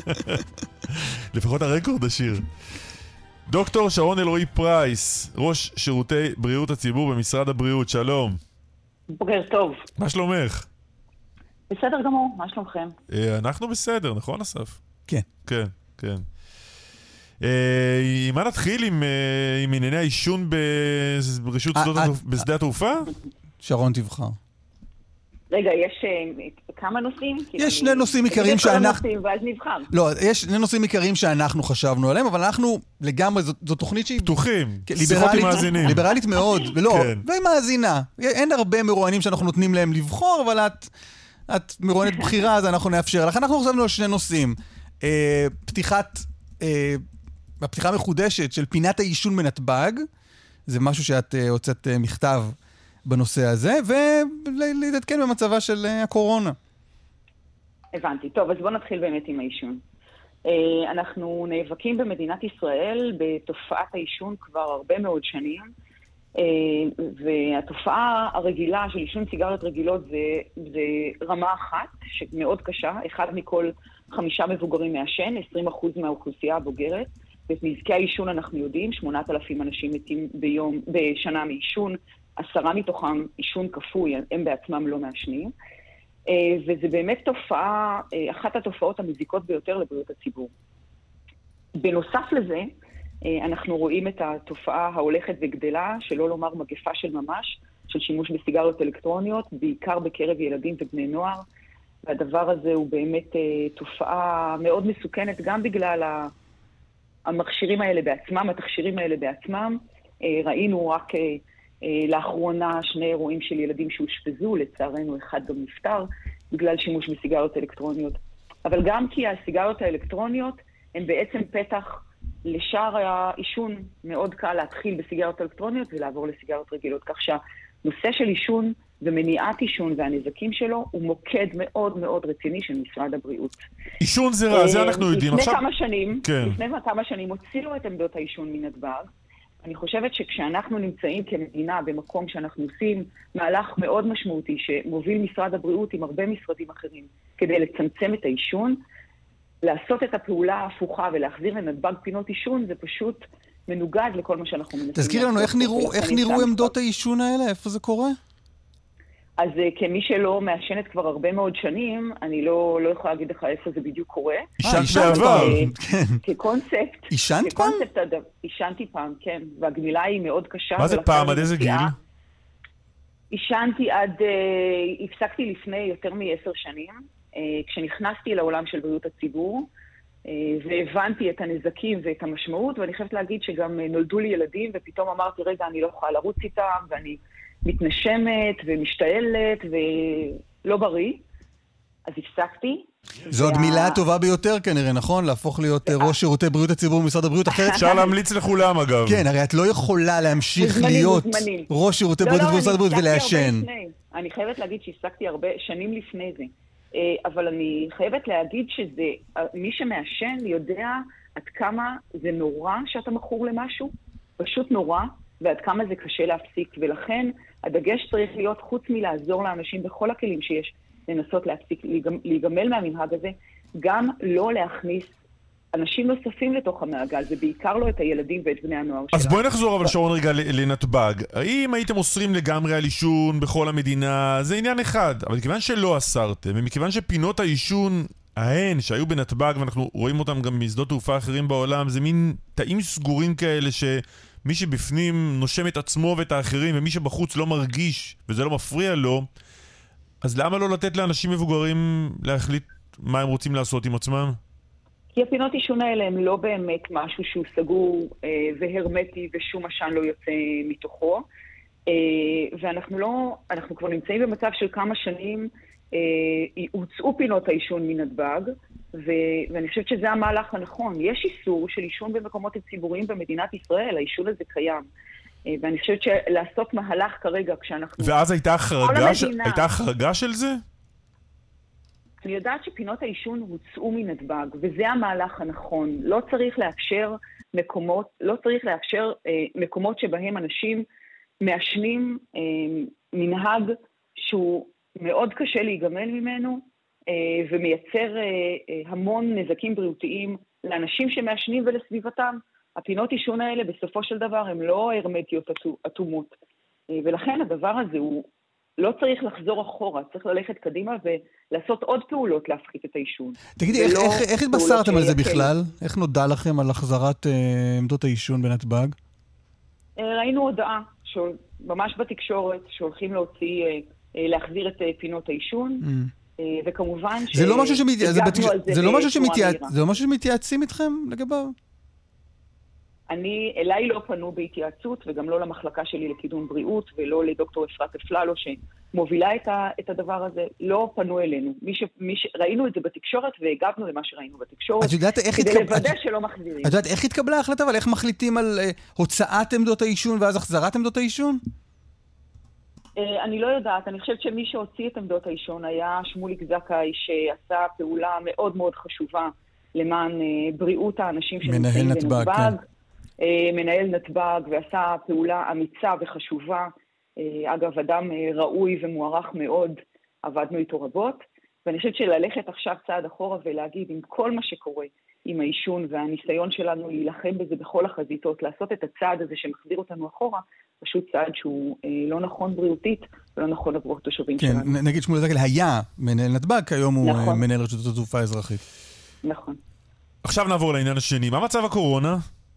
לפחות הרקורד עשיר. דוקטור שרון אלרועי פרייס, ראש שירותי בריאות הציבור במשרד הבריאות, שלום. בוקר טוב. מה שלומך? בסדר גמור, מה שלומכם? אנחנו בסדר, נכון אסף? כן. כן, כן. מה נתחיל עם ענייני העישון ברשות בשדה התעופה? שרון תבחר. רגע, יש כמה נושאים? יש שני נושאים עיקריים שאנחנו... ואז נבחר. לא, יש שני נושאים עיקריים שאנחנו חשבנו עליהם, אבל אנחנו לגמרי, זו תוכנית שהיא... פתוחים, שיחות עם מאזינים. ליברלית מאוד, ולא, ומאזינה. אין הרבה מרואיינים שאנחנו נותנים להם לבחור, אבל את... את מרואיינת בחירה, אז אנחנו נאפשר לך. אנחנו חשבנו על שני נושאים. אה, פתיחת, אה, הפתיחה מחודשת של פינת העישון בנתב"ג, זה משהו שאת אה, הוצאת אה, מכתב בנושא הזה, ולהתעדכן במצבה של אה, הקורונה. הבנתי. טוב, אז בואו נתחיל באמת עם העישון. אה, אנחנו נאבקים במדינת ישראל בתופעת העישון כבר הרבה מאוד שנים, והתופעה הרגילה של עישון סיגריות רגילות זה, זה רמה אחת, שמאוד קשה, אחד מכל חמישה מבוגרים מעשן, עשרים אחוז מהאוכלוסייה הבוגרת, ואת נזקי העישון אנחנו יודעים, שמונת אלפים אנשים מתים ביום, בשנה מעישון, עשרה מתוכם עישון כפוי, הם בעצמם לא מעשנים, וזה באמת תופעה, אחת התופעות המזיקות ביותר לבריאות הציבור. בנוסף לזה, אנחנו רואים את התופעה ההולכת וגדלה, שלא לומר מגפה של ממש, של שימוש בסיגריות אלקטרוניות, בעיקר בקרב ילדים ובני נוער, והדבר הזה הוא באמת תופעה מאוד מסוכנת, גם בגלל המכשירים האלה בעצמם, התכשירים האלה בעצמם. ראינו רק לאחרונה שני אירועים של ילדים שהושפזו, לצערנו אחד גם נפטר, בגלל שימוש בסיגריות אלקטרוניות. אבל גם כי הסיגריות האלקטרוניות הן בעצם פתח לשאר העישון. מאוד קל להתחיל בסיגריות אלקטרוניות ולעבור לסיגריות רגילות, כך שהנושא של עישון ומניעת עישון והנזקים שלו הוא מוקד מאוד מאוד רציני של משרד הבריאות. עישון זה רע, זה אנחנו יודעים. לפני כמה שנים, לפני כמה שנים הוציאו את עמדות העישון מנתב"ג. אני חושבת שכשאנחנו נמצאים כמדינה במקום שאנחנו עושים מהלך מאוד משמעותי שמוביל משרד הבריאות עם הרבה משרדים אחרים כדי לצמצם את העישון, לעשות את הפעולה ההפוכה ולהחזיר לנתב"ג פינות עישון, זה פשוט מנוגד לכל מה שאנחנו מנסים. תזכיר לנו, איך נראו, איך נראו עמדות העישון האלה? איפה זה קורה? אז כמי שלא מעשנת כבר הרבה מאוד שנים, אני לא, לא יכולה להגיד לך איפה זה בדיוק קורה. עישנת בעבר. כקונספט. עישנת פעם? עישנתי פעם, כן. והגמילה היא מאוד קשה. מה זה פעם? עד איזה גיל? עישנתי עד, הפסקתי לפני יותר מעשר שנים. כשנכנסתי לעולם של בריאות הציבור, והבנתי את הנזקים ואת המשמעות, ואני חייבת להגיד שגם נולדו לי ילדים, ופתאום אמרתי, רגע, אני לא יכולה לרוץ איתם, ואני מתנשמת ומשתעלת ולא בריא. אז הפסקתי. זו עוד מילה טובה ביותר כנראה, נכון? להפוך להיות ראש שירותי בריאות הציבור במשרד הבריאות אחרת. אפשר להמליץ לכולם אגב. כן, הרי את לא יכולה להמשיך להיות ראש שירותי בריאות במשרד הבריאות ולעשן. אני חייבת להגיד שהפסקתי הרבה שנים לפני זה. אבל אני חייבת להגיד שזה, מי שמעשן יודע עד כמה זה נורא שאתה מכור למשהו, פשוט נורא, ועד כמה זה קשה להפסיק. ולכן הדגש צריך להיות, חוץ מלעזור לאנשים בכל הכלים שיש, לנסות להפסיק, להיגמל מהמנהג הזה, גם לא להכניס אנשים נוספים לתוך המעגל, זה בעיקר לא את הילדים ואת בני הנוער שלנו. אז בואי נחזור אבל שרון רגע לנתב"ג. האם הייתם אוסרים לגמרי על עישון בכל המדינה? זה עניין אחד, אבל מכיוון שלא אסרתם, ומכיוון שפינות העישון ההן שהיו בנתב"ג, ואנחנו רואים אותם גם משדות תעופה אחרים בעולם, זה מין תאים סגורים כאלה שמי שבפנים נושם את עצמו ואת האחרים, ומי שבחוץ לא מרגיש, וזה לא מפריע לו, אז למה לא לתת לאנשים מבוגרים להחליט מה הם רוצים לעשות עם עצמם? כי הפינות עישון האלה הם לא באמת משהו שהוא סגור אה, והרמטי ושום עשן לא יוצא מתוכו. אה, ואנחנו לא, אנחנו כבר נמצאים במצב של כמה שנים, אה, הוצאו פינות העישון מנתב"ג, ו, ואני חושבת שזה המהלך הנכון. יש איסור של עישון במקומות ציבוריים במדינת ישראל, העישון הזה קיים. אה, ואני חושבת שלעשות מהלך כרגע כשאנחנו... ואז הייתה החרגה, ש... הייתה החרגה של זה? אני יודעת שפינות העישון הוצאו מנתב"ג, וזה המהלך הנכון. לא צריך לאפשר מקומות, לא צריך לאפשר אה, מקומות שבהם אנשים מעשנים אה, מנהג שהוא מאוד קשה להיגמל ממנו, אה, ומייצר אה, אה, המון נזקים בריאותיים לאנשים שמעשנים ולסביבתם. הפינות עישון האלה בסופו של דבר הן לא הרמטיות אטומות, אה, ולכן הדבר הזה הוא... לא צריך לחזור אחורה, צריך ללכת קדימה ולעשות עוד פעולות להפחית את העישון. תגידי, איך, איך, איך התבשרתם על זה בכלל? איך נודע לכם על החזרת אה, עמדות העישון בנתב"ג? ראינו הודעה, ממש בתקשורת, שהולכים להוציא, אה, להחזיר את אה, פינות העישון, mm. אה, וכמובן ש... זה לא משהו שמתייע... זה, בתקש... זה, זה, לא משהו שמתייע... זה לא משהו שמתייעצים איתכם לגביו? אני, אליי לא פנו בהתייעצות, וגם לא למחלקה שלי לקידום בריאות, ולא לדוקטור אפרת אפללו, שמובילה את, ה, את הדבר הזה, לא פנו אלינו. מי ש, מי ש, ראינו את זה בתקשורת, והגבנו למה שראינו בתקשורת, כדי התקב... לוודא את... שלא מחזירים. את יודעת איך התקבלה ההחלטה, אבל איך מחליטים על uh, הוצאת עמדות העישון, ואז החזרת עמדות העישון? Uh, אני לא יודעת, אני חושבת שמי שהוציא את עמדות העישון היה שמוליק זכאי, שעשה פעולה מאוד מאוד חשובה, למען uh, בריאות האנשים שנמצאים בנתב"ג. כן. מנהל נתב"ג ועשה פעולה אמיצה וחשובה. אגב, אדם ראוי ומוערך מאוד, עבדנו איתו רבות, ואני חושבת שללכת עכשיו צעד אחורה ולהגיד עם כל מה שקורה עם העישון והניסיון שלנו להילחם בזה בכל החזיתות, לעשות את הצעד הזה שמחזיר אותנו אחורה, פשוט צעד שהוא לא נכון בריאותית ולא נכון עבור התושבים כן, שלנו. כן, נגיד שמואל זכאי היה מנהל נתב"ג, כיום הוא נכון. מנהל רשות התעופה האזרחית. נכון. עכשיו נעבור לעניין השני. מה מצב הקורונה?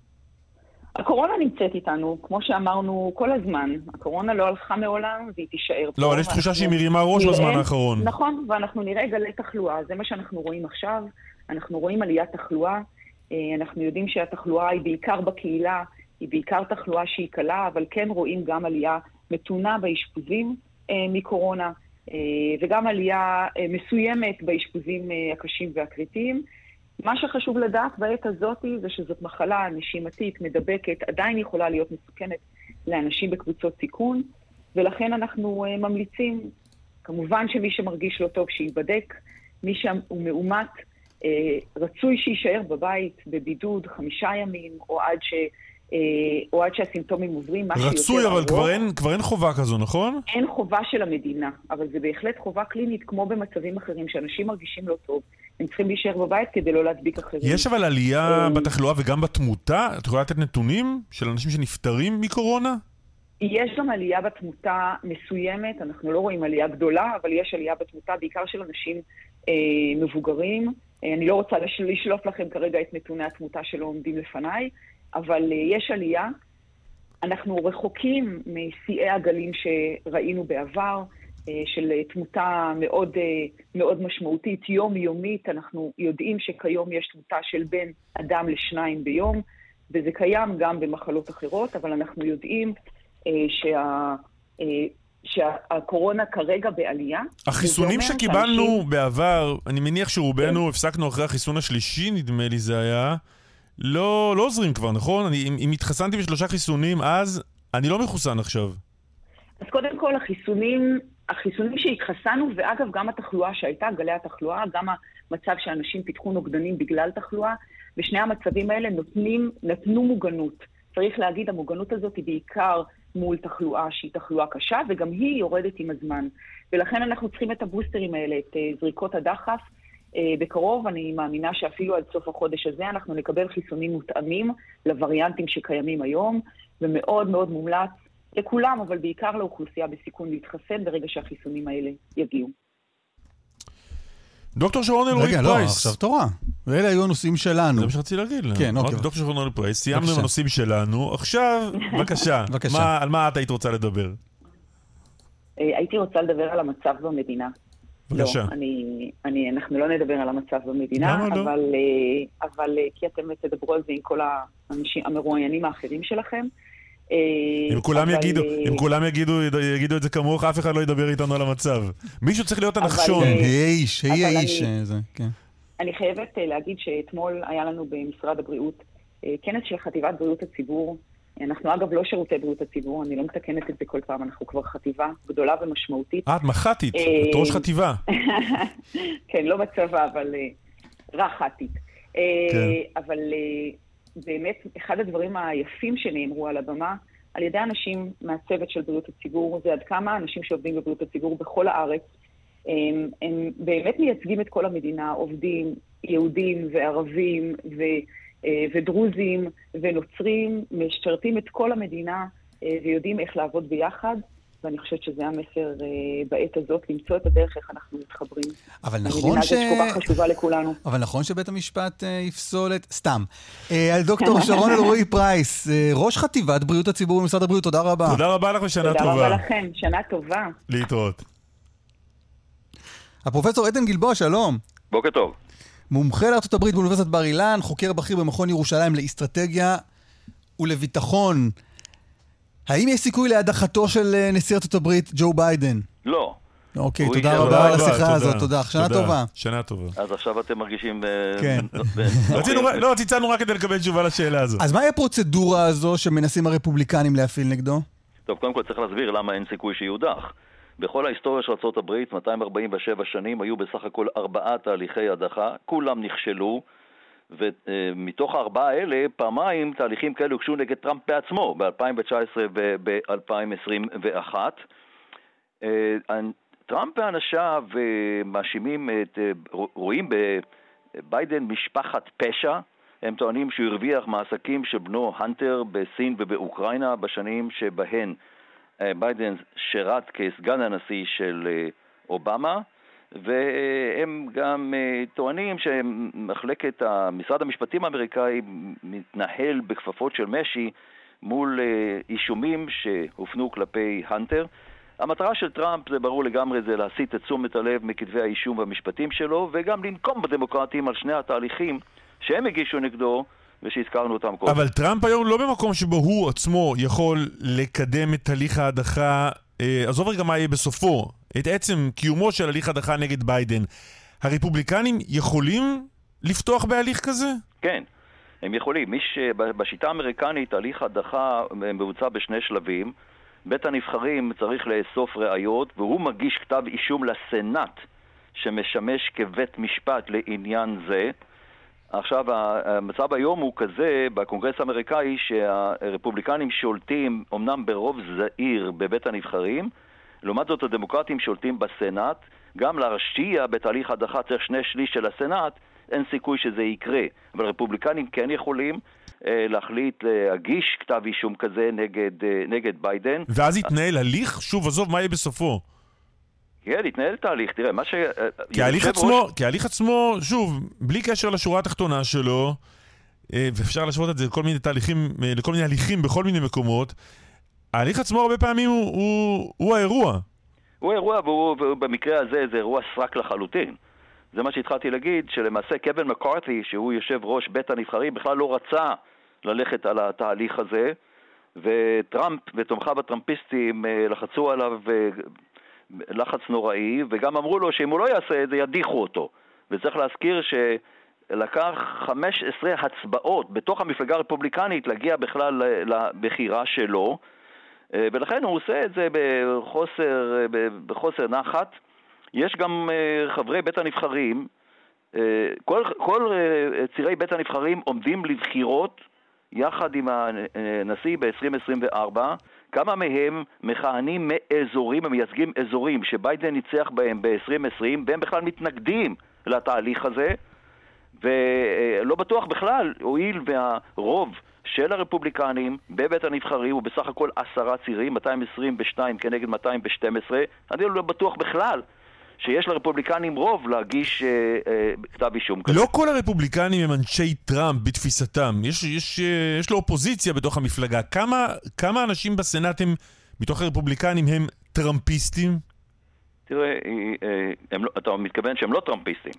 הקורונה נמצאת איתנו, כמו שאמרנו כל הזמן. הקורונה לא הלכה מעולם והיא תישאר פה. לא, אבל יש תחושה שהיא מרימה ראש בזמן האחרון. נכון, ואנחנו נראה גלי תחלואה. זה מה שאנחנו רואים עכשיו. אנחנו רואים עליית תחלואה. אנחנו יודעים שהתחלואה היא בעיקר בקהילה, היא בעיקר תחלואה שהיא קלה, אבל כן רואים גם עלייה מתונה באשפוזים מקורונה, וגם עלייה מסוימת באשפוזים הקשים והקריטיים. מה שחשוב לדעת בעת הזאת זה שזאת מחלה נשימתית, מדבקת, עדיין יכולה להיות מסוכנת לאנשים בקבוצות סיכון, ולכן אנחנו uh, ממליצים, כמובן שמי שמרגיש לא טוב שיבדק, מי שהוא מאומת, uh, רצוי שישאר בבית בבידוד חמישה ימים, או עד, ש, uh, או עד שהסימפטומים עוברים, מה שיותר רצוי, אבל כבר אין, כבר אין חובה כזו, נכון? אין חובה של המדינה, אבל זה בהחלט חובה קלינית, כמו במצבים אחרים, שאנשים מרגישים לא טוב. הם צריכים להישאר בבית כדי לא להדביק אחרים. יש אבל עלייה בתחלואה וגם בתמותה? את יכולה לתת נתונים של אנשים שנפטרים מקורונה? יש גם עלייה בתמותה מסוימת, אנחנו לא רואים עלייה גדולה, אבל יש עלייה בתמותה, בעיקר של אנשים אה, מבוגרים. אה, אני לא רוצה לשלוף לכם כרגע את נתוני התמותה שלא עומדים לפניי, אבל אה, יש עלייה. אנחנו רחוקים משיאי הגלים שראינו בעבר, של תמותה מאוד, מאוד משמעותית, יומיומית. אנחנו יודעים שכיום יש תמותה של בין אדם לשניים ביום, וזה קיים גם במחלות אחרות, אבל אנחנו יודעים שהקורונה כרגע בעלייה. החיסונים שקיבלנו שאנשים... בעבר, אני מניח שרובנו הפסקנו אחרי החיסון השלישי, נדמה לי זה היה, לא, לא עוזרים כבר, נכון? אני, אם, אם התחסנתי בשלושה חיסונים, אז אני לא מחוסן עכשיו. אז קודם כל, החיסונים, החיסונים שהתחסנו, ואגב, גם התחלואה שהייתה, גלי התחלואה, גם המצב שאנשים פיתחו נוגדנים בגלל תחלואה, ושני המצבים האלה נותנים, נתנו מוגנות. צריך להגיד, המוגנות הזאת היא בעיקר מול תחלואה שהיא תחלואה קשה, וגם היא יורדת עם הזמן. ולכן אנחנו צריכים את הבוסטרים האלה, את זריקות הדחף. בקרוב, אני מאמינה שאפילו עד סוף החודש הזה אנחנו נקבל חיסונים מותאמים לווריאנטים שקיימים היום, ומאוד מאוד מומלץ לכולם, אבל בעיקר לאוכלוסייה בסיכון להתחסן ברגע שהחיסונים האלה יגיעו. דוקטור שרון אלרועי פרייס. רגע, לא, עכשיו תורה. ואלה היו הנושאים שלנו. זה מה שרציתי להגיד. כן, אוקיי. דוקטור שרון אלרועי פרייס, סיימנו עם הנושאים שלנו. עכשיו, בבקשה. בבקשה. על מה את היית רוצה לדבר? הייתי רוצה לדבר על המצב במדינה. בבקשה. לא, אני, אני, אנחנו לא נדבר על המצב במדינה, אבל, לא? אבל כי אתם תדברו על זה עם כל האנשים, המרואיינים האחרים שלכם. אם כולם יגידו, אם כולם יגידו, יגידו את זה כמוך, אף אחד לא ידבר איתנו על המצב. מישהו צריך להיות הנחשון. היי איש, היי איש. אני חייבת להגיד שאתמול היה לנו במשרד הבריאות כנס של חטיבת בריאות הציבור. אנחנו אגב לא שירותי בריאות הציבור, אני לא מתקנת את זה כל פעם, אנחנו כבר חטיבה גדולה ומשמעותית. את מח"טית, את ראש חטיבה. כן, לא בצבא, אבל רח"טית. אבל באמת, אחד הדברים היפים שנאמרו על הבמה, על ידי אנשים מהצוות של בריאות הציבור, זה עד כמה אנשים שעובדים בבריאות הציבור בכל הארץ, הם, הם באמת מייצגים את כל המדינה, עובדים, יהודים וערבים ו, ודרוזים ונוצרים, משרתים את כל המדינה ויודעים איך לעבוד ביחד, ואני חושבת שזה המסר בעת הזאת, למצוא את הדרך איך אנחנו מתחברים. אבל נכון ש... המדינה הזאת כל כך חשובה לכולנו. אבל נכון שבית המשפט יפסול את... סתם. על דוקטור שרון אלרועי פרייס, ראש חטיבת בריאות הציבור במשרד הבריאות, תודה רבה. תודה רבה לך ושנה טובה. תודה רבה לכם, שנה טובה. להתראות. הפרופסור איתן גלבוע, שלום. בוקר טוב. מומחה לארצות הברית באוניברסיטת בר אילן, חוקר בכיר במכון ירושלים לאסטרטגיה ולביטחון. האם יש סיכוי להדחתו של נשיא ארצות הברית, ג'ו ביידן? לא. אוקיי, תודה רבה על השיחה הזאת, תודה. שנה טובה. שנה טובה. אז עכשיו אתם מרגישים... כן. לא, ציצנו רק כדי לקבל תשובה לשאלה הזו. אז מהי הפרוצדורה הזו שמנסים הרפובליקנים להפעיל נגדו? טוב, קודם כל צריך להסביר למה אין סיכוי שיודח. בכל ההיסטוריה של ארצות הברית, מאתיים ארבעים ושבע שנים, היו בסך הכל ארבעה תהליכי הדחה, כולם נכשלו, ומתוך הארבעה האלה, פעמיים תהליכים כאלה הוגשו נגד טראמפ בעצמו, ב-אלפיים תשע עשרה וב-אלפיים עשרים ואחת. טראמפ ואנשיו מאשימים, רואים בביידן משפחת פשע, הם טוענים שהוא הרוויח מעסקים של בנו הנטר בסין ובאוקראינה בשנים שבהן ביידן שירת כסגן הנשיא של אובמה, והם גם טוענים שמחלקת משרד המשפטים האמריקאי מתנהל בכפפות של משי מול אישומים שהופנו כלפי הנטר. המטרה של טראמפ, זה ברור לגמרי, זה להסיט את תשומת הלב מכתבי האישום והמשפטים שלו, וגם לנקום בדמוקרטים על שני התהליכים שהם הגישו נגדו, ושהזכרנו אותם קודם. אבל טראמפ היום לא במקום שבו הוא עצמו יכול לקדם את הליך ההדחה, אה, עזוב רגע מה יהיה בסופו, את עצם קיומו של הליך ההדחה נגד ביידן. הרפובליקנים יכולים לפתוח בהליך כזה? כן, הם יכולים. מי שבשיטה האמריקנית הליך ההדחה מבוצע בשני שלבים, בית הנבחרים צריך לאסוף ראיות, והוא מגיש כתב אישום לסנאט, שמשמש כבית משפט לעניין זה. עכשיו, המצב היום הוא כזה, בקונגרס האמריקאי, שהרפובליקנים שולטים אומנם ברוב זעיר בבית הנבחרים, לעומת זאת הדמוקרטים שולטים בסנאט, גם להרשיע בתהליך הדחה צריך שני שליש של הסנאט, אין סיכוי שזה יקרה. אבל הרפובליקנים כן יכולים אה, להחליט להגיש כתב אישום כזה נגד, אה, נגד ביידן. ואז יתנהל הליך? שוב, עזוב, מה יהיה בסופו? כן, יתנהל תהליך. תראה, מה ש... כי ההליך עצמו, כי ההליך עצמו, שוב, בלי קשר לשורה התחתונה שלו, ואפשר לשוות את זה לכל מיני תהליכים, לכל מיני הליכים בכל מיני מקומות, ההליך עצמו הרבה פעמים הוא, הוא, הוא האירוע. הוא האירוע, והוא, ובמקרה הזה זה אירוע סרק לחלוטין. זה מה שהתחלתי להגיד, שלמעשה קווין מקארתי, שהוא יושב ראש בית הנבחרים, בכלל לא רצה ללכת על התהליך הזה, וטראמפ ותומכיו הטראמפיסטים לחצו עליו לחץ נוראי, וגם אמרו לו שאם הוא לא יעשה את זה ידיחו אותו. וצריך להזכיר שלקח חמש עשרה הצבעות בתוך המפלגה הרפובליקנית להגיע בכלל לבחירה שלו, ולכן הוא עושה את זה בחוסר, בחוסר נחת. יש גם חברי בית הנבחרים, כל, כל צירי בית הנבחרים עומדים לבחירות יחד עם הנשיא ב-עשרים עשרים וארבע, כמה מהם מכהנים מאזורים, הם מייצגים אזורים שביידן ניצח בהם ב-עשרים עשרים, והם בכלל מתנגדים לתהליך הזה, ולא בטוח בכלל, הואיל והרוב של הרפובליקנים בבית הנבחרים הוא בסך הכל עשרה צירים, מאתיים עשרים ושתיים כנגד מאתיים ושתים עשרה, אני לא בטוח בכלל שיש לרפובליקנים רוב להגיש אה, אה, כתב אישום כזה. לא כל הרפובליקנים הם אנשי טראמפ בתפיסתם. יש, יש, יש לו אופוזיציה בתוך המפלגה. כמה, כמה אנשים בסנאט הם, מתוך הרפובליקנים הם טראמפיסטים? תראה, הם לא, אתה מתכוון שהם לא טראמפיסטים.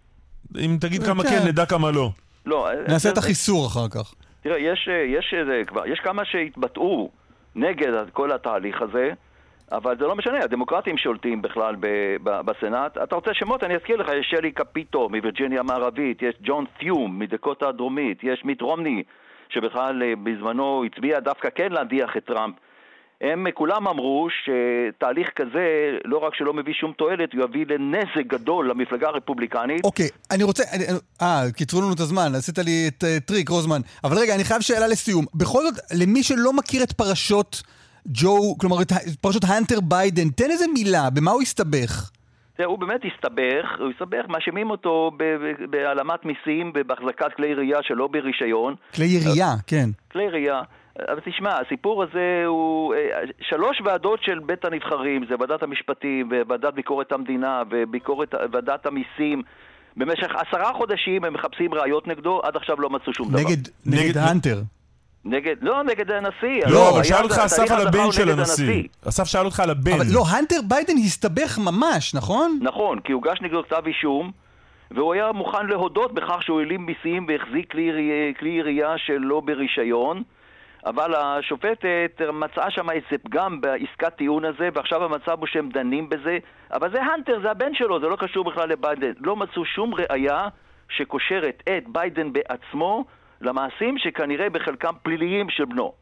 אם תגיד כמה כן, נדע כמה לא. לא. נעשה את החיסור אחר כך. תראה, יש, יש, יש כמה שהתבטאו נגד כל התהליך הזה, אבל זה לא משנה, הדמוקרטים שולטים בכלל בסנאט. אתה רוצה שמות? אני אזכיר לך, יש שלי קפיטו מווירג'יניה המערבית, יש ג'ון תיום מדקוטה הדרומית, יש מיט רומני שבכלל בזמנו הצביע דווקא כן להדיח את טראמפ. הם כולם אמרו שתהליך כזה לא רק שלא מביא שום תועלת, הוא יביא לנזק גדול למפלגה הרפובליקנית. אוקיי, אני רוצה... אה, קיצרו לנו את הזמן, עשית לי את טריק, רוזמן. אבל רגע, אני חייב שאלה לסיום. בכל זאת, למי שלא מכיר את פרשות ג'ו, כלומר, את פרשות הנטר ביידן, תן איזה מילה, במה הוא הסתבך? תראה, הוא באמת הסתבך, הוא הסתבך, מאשימים אותו בהעלמת מיסים ובהחזקת כלי ראייה שלא ברישיון. כלי ירייה, כן. כלי ראייה. אבל תשמע, הסיפור הזה הוא שלוש ועדות של בית הנבחרים, זה ועדת המשפטים וועדת ביקורת המדינה וביקורת ועדת המיסים. במשך עשרה חודשים הם מחפשים ראיות נגדו, עד עכשיו לא מצאו שום דבר. נגד, נגד הנטר. נגד, לא, נגד הנשיא. לא, אבל שאל אותך אסף על הבן של הנשיא. אסף שאל אותך על הבן. אבל לא, הנטר ביידן הסתבך ממש, נכון? נכון, כי הוגש נגדו כתב אישום, והוא היה מוכן להודות בכך שהוא העלים מיסים והחזיק כלי ירייה שלא ברישיון, אבל השופטת מצאה שם איזה פגם בעסקת טיעון הזה, ועכשיו המצב הוא שהם דנים בזה, אבל זה הנטר, זה הבן שלו, זה לא קשור בכלל לביידן. לא מצאו שום ראייה שקושרת את ביידן בעצמו למעשים שכנראה בחלקם פליליים של בנו.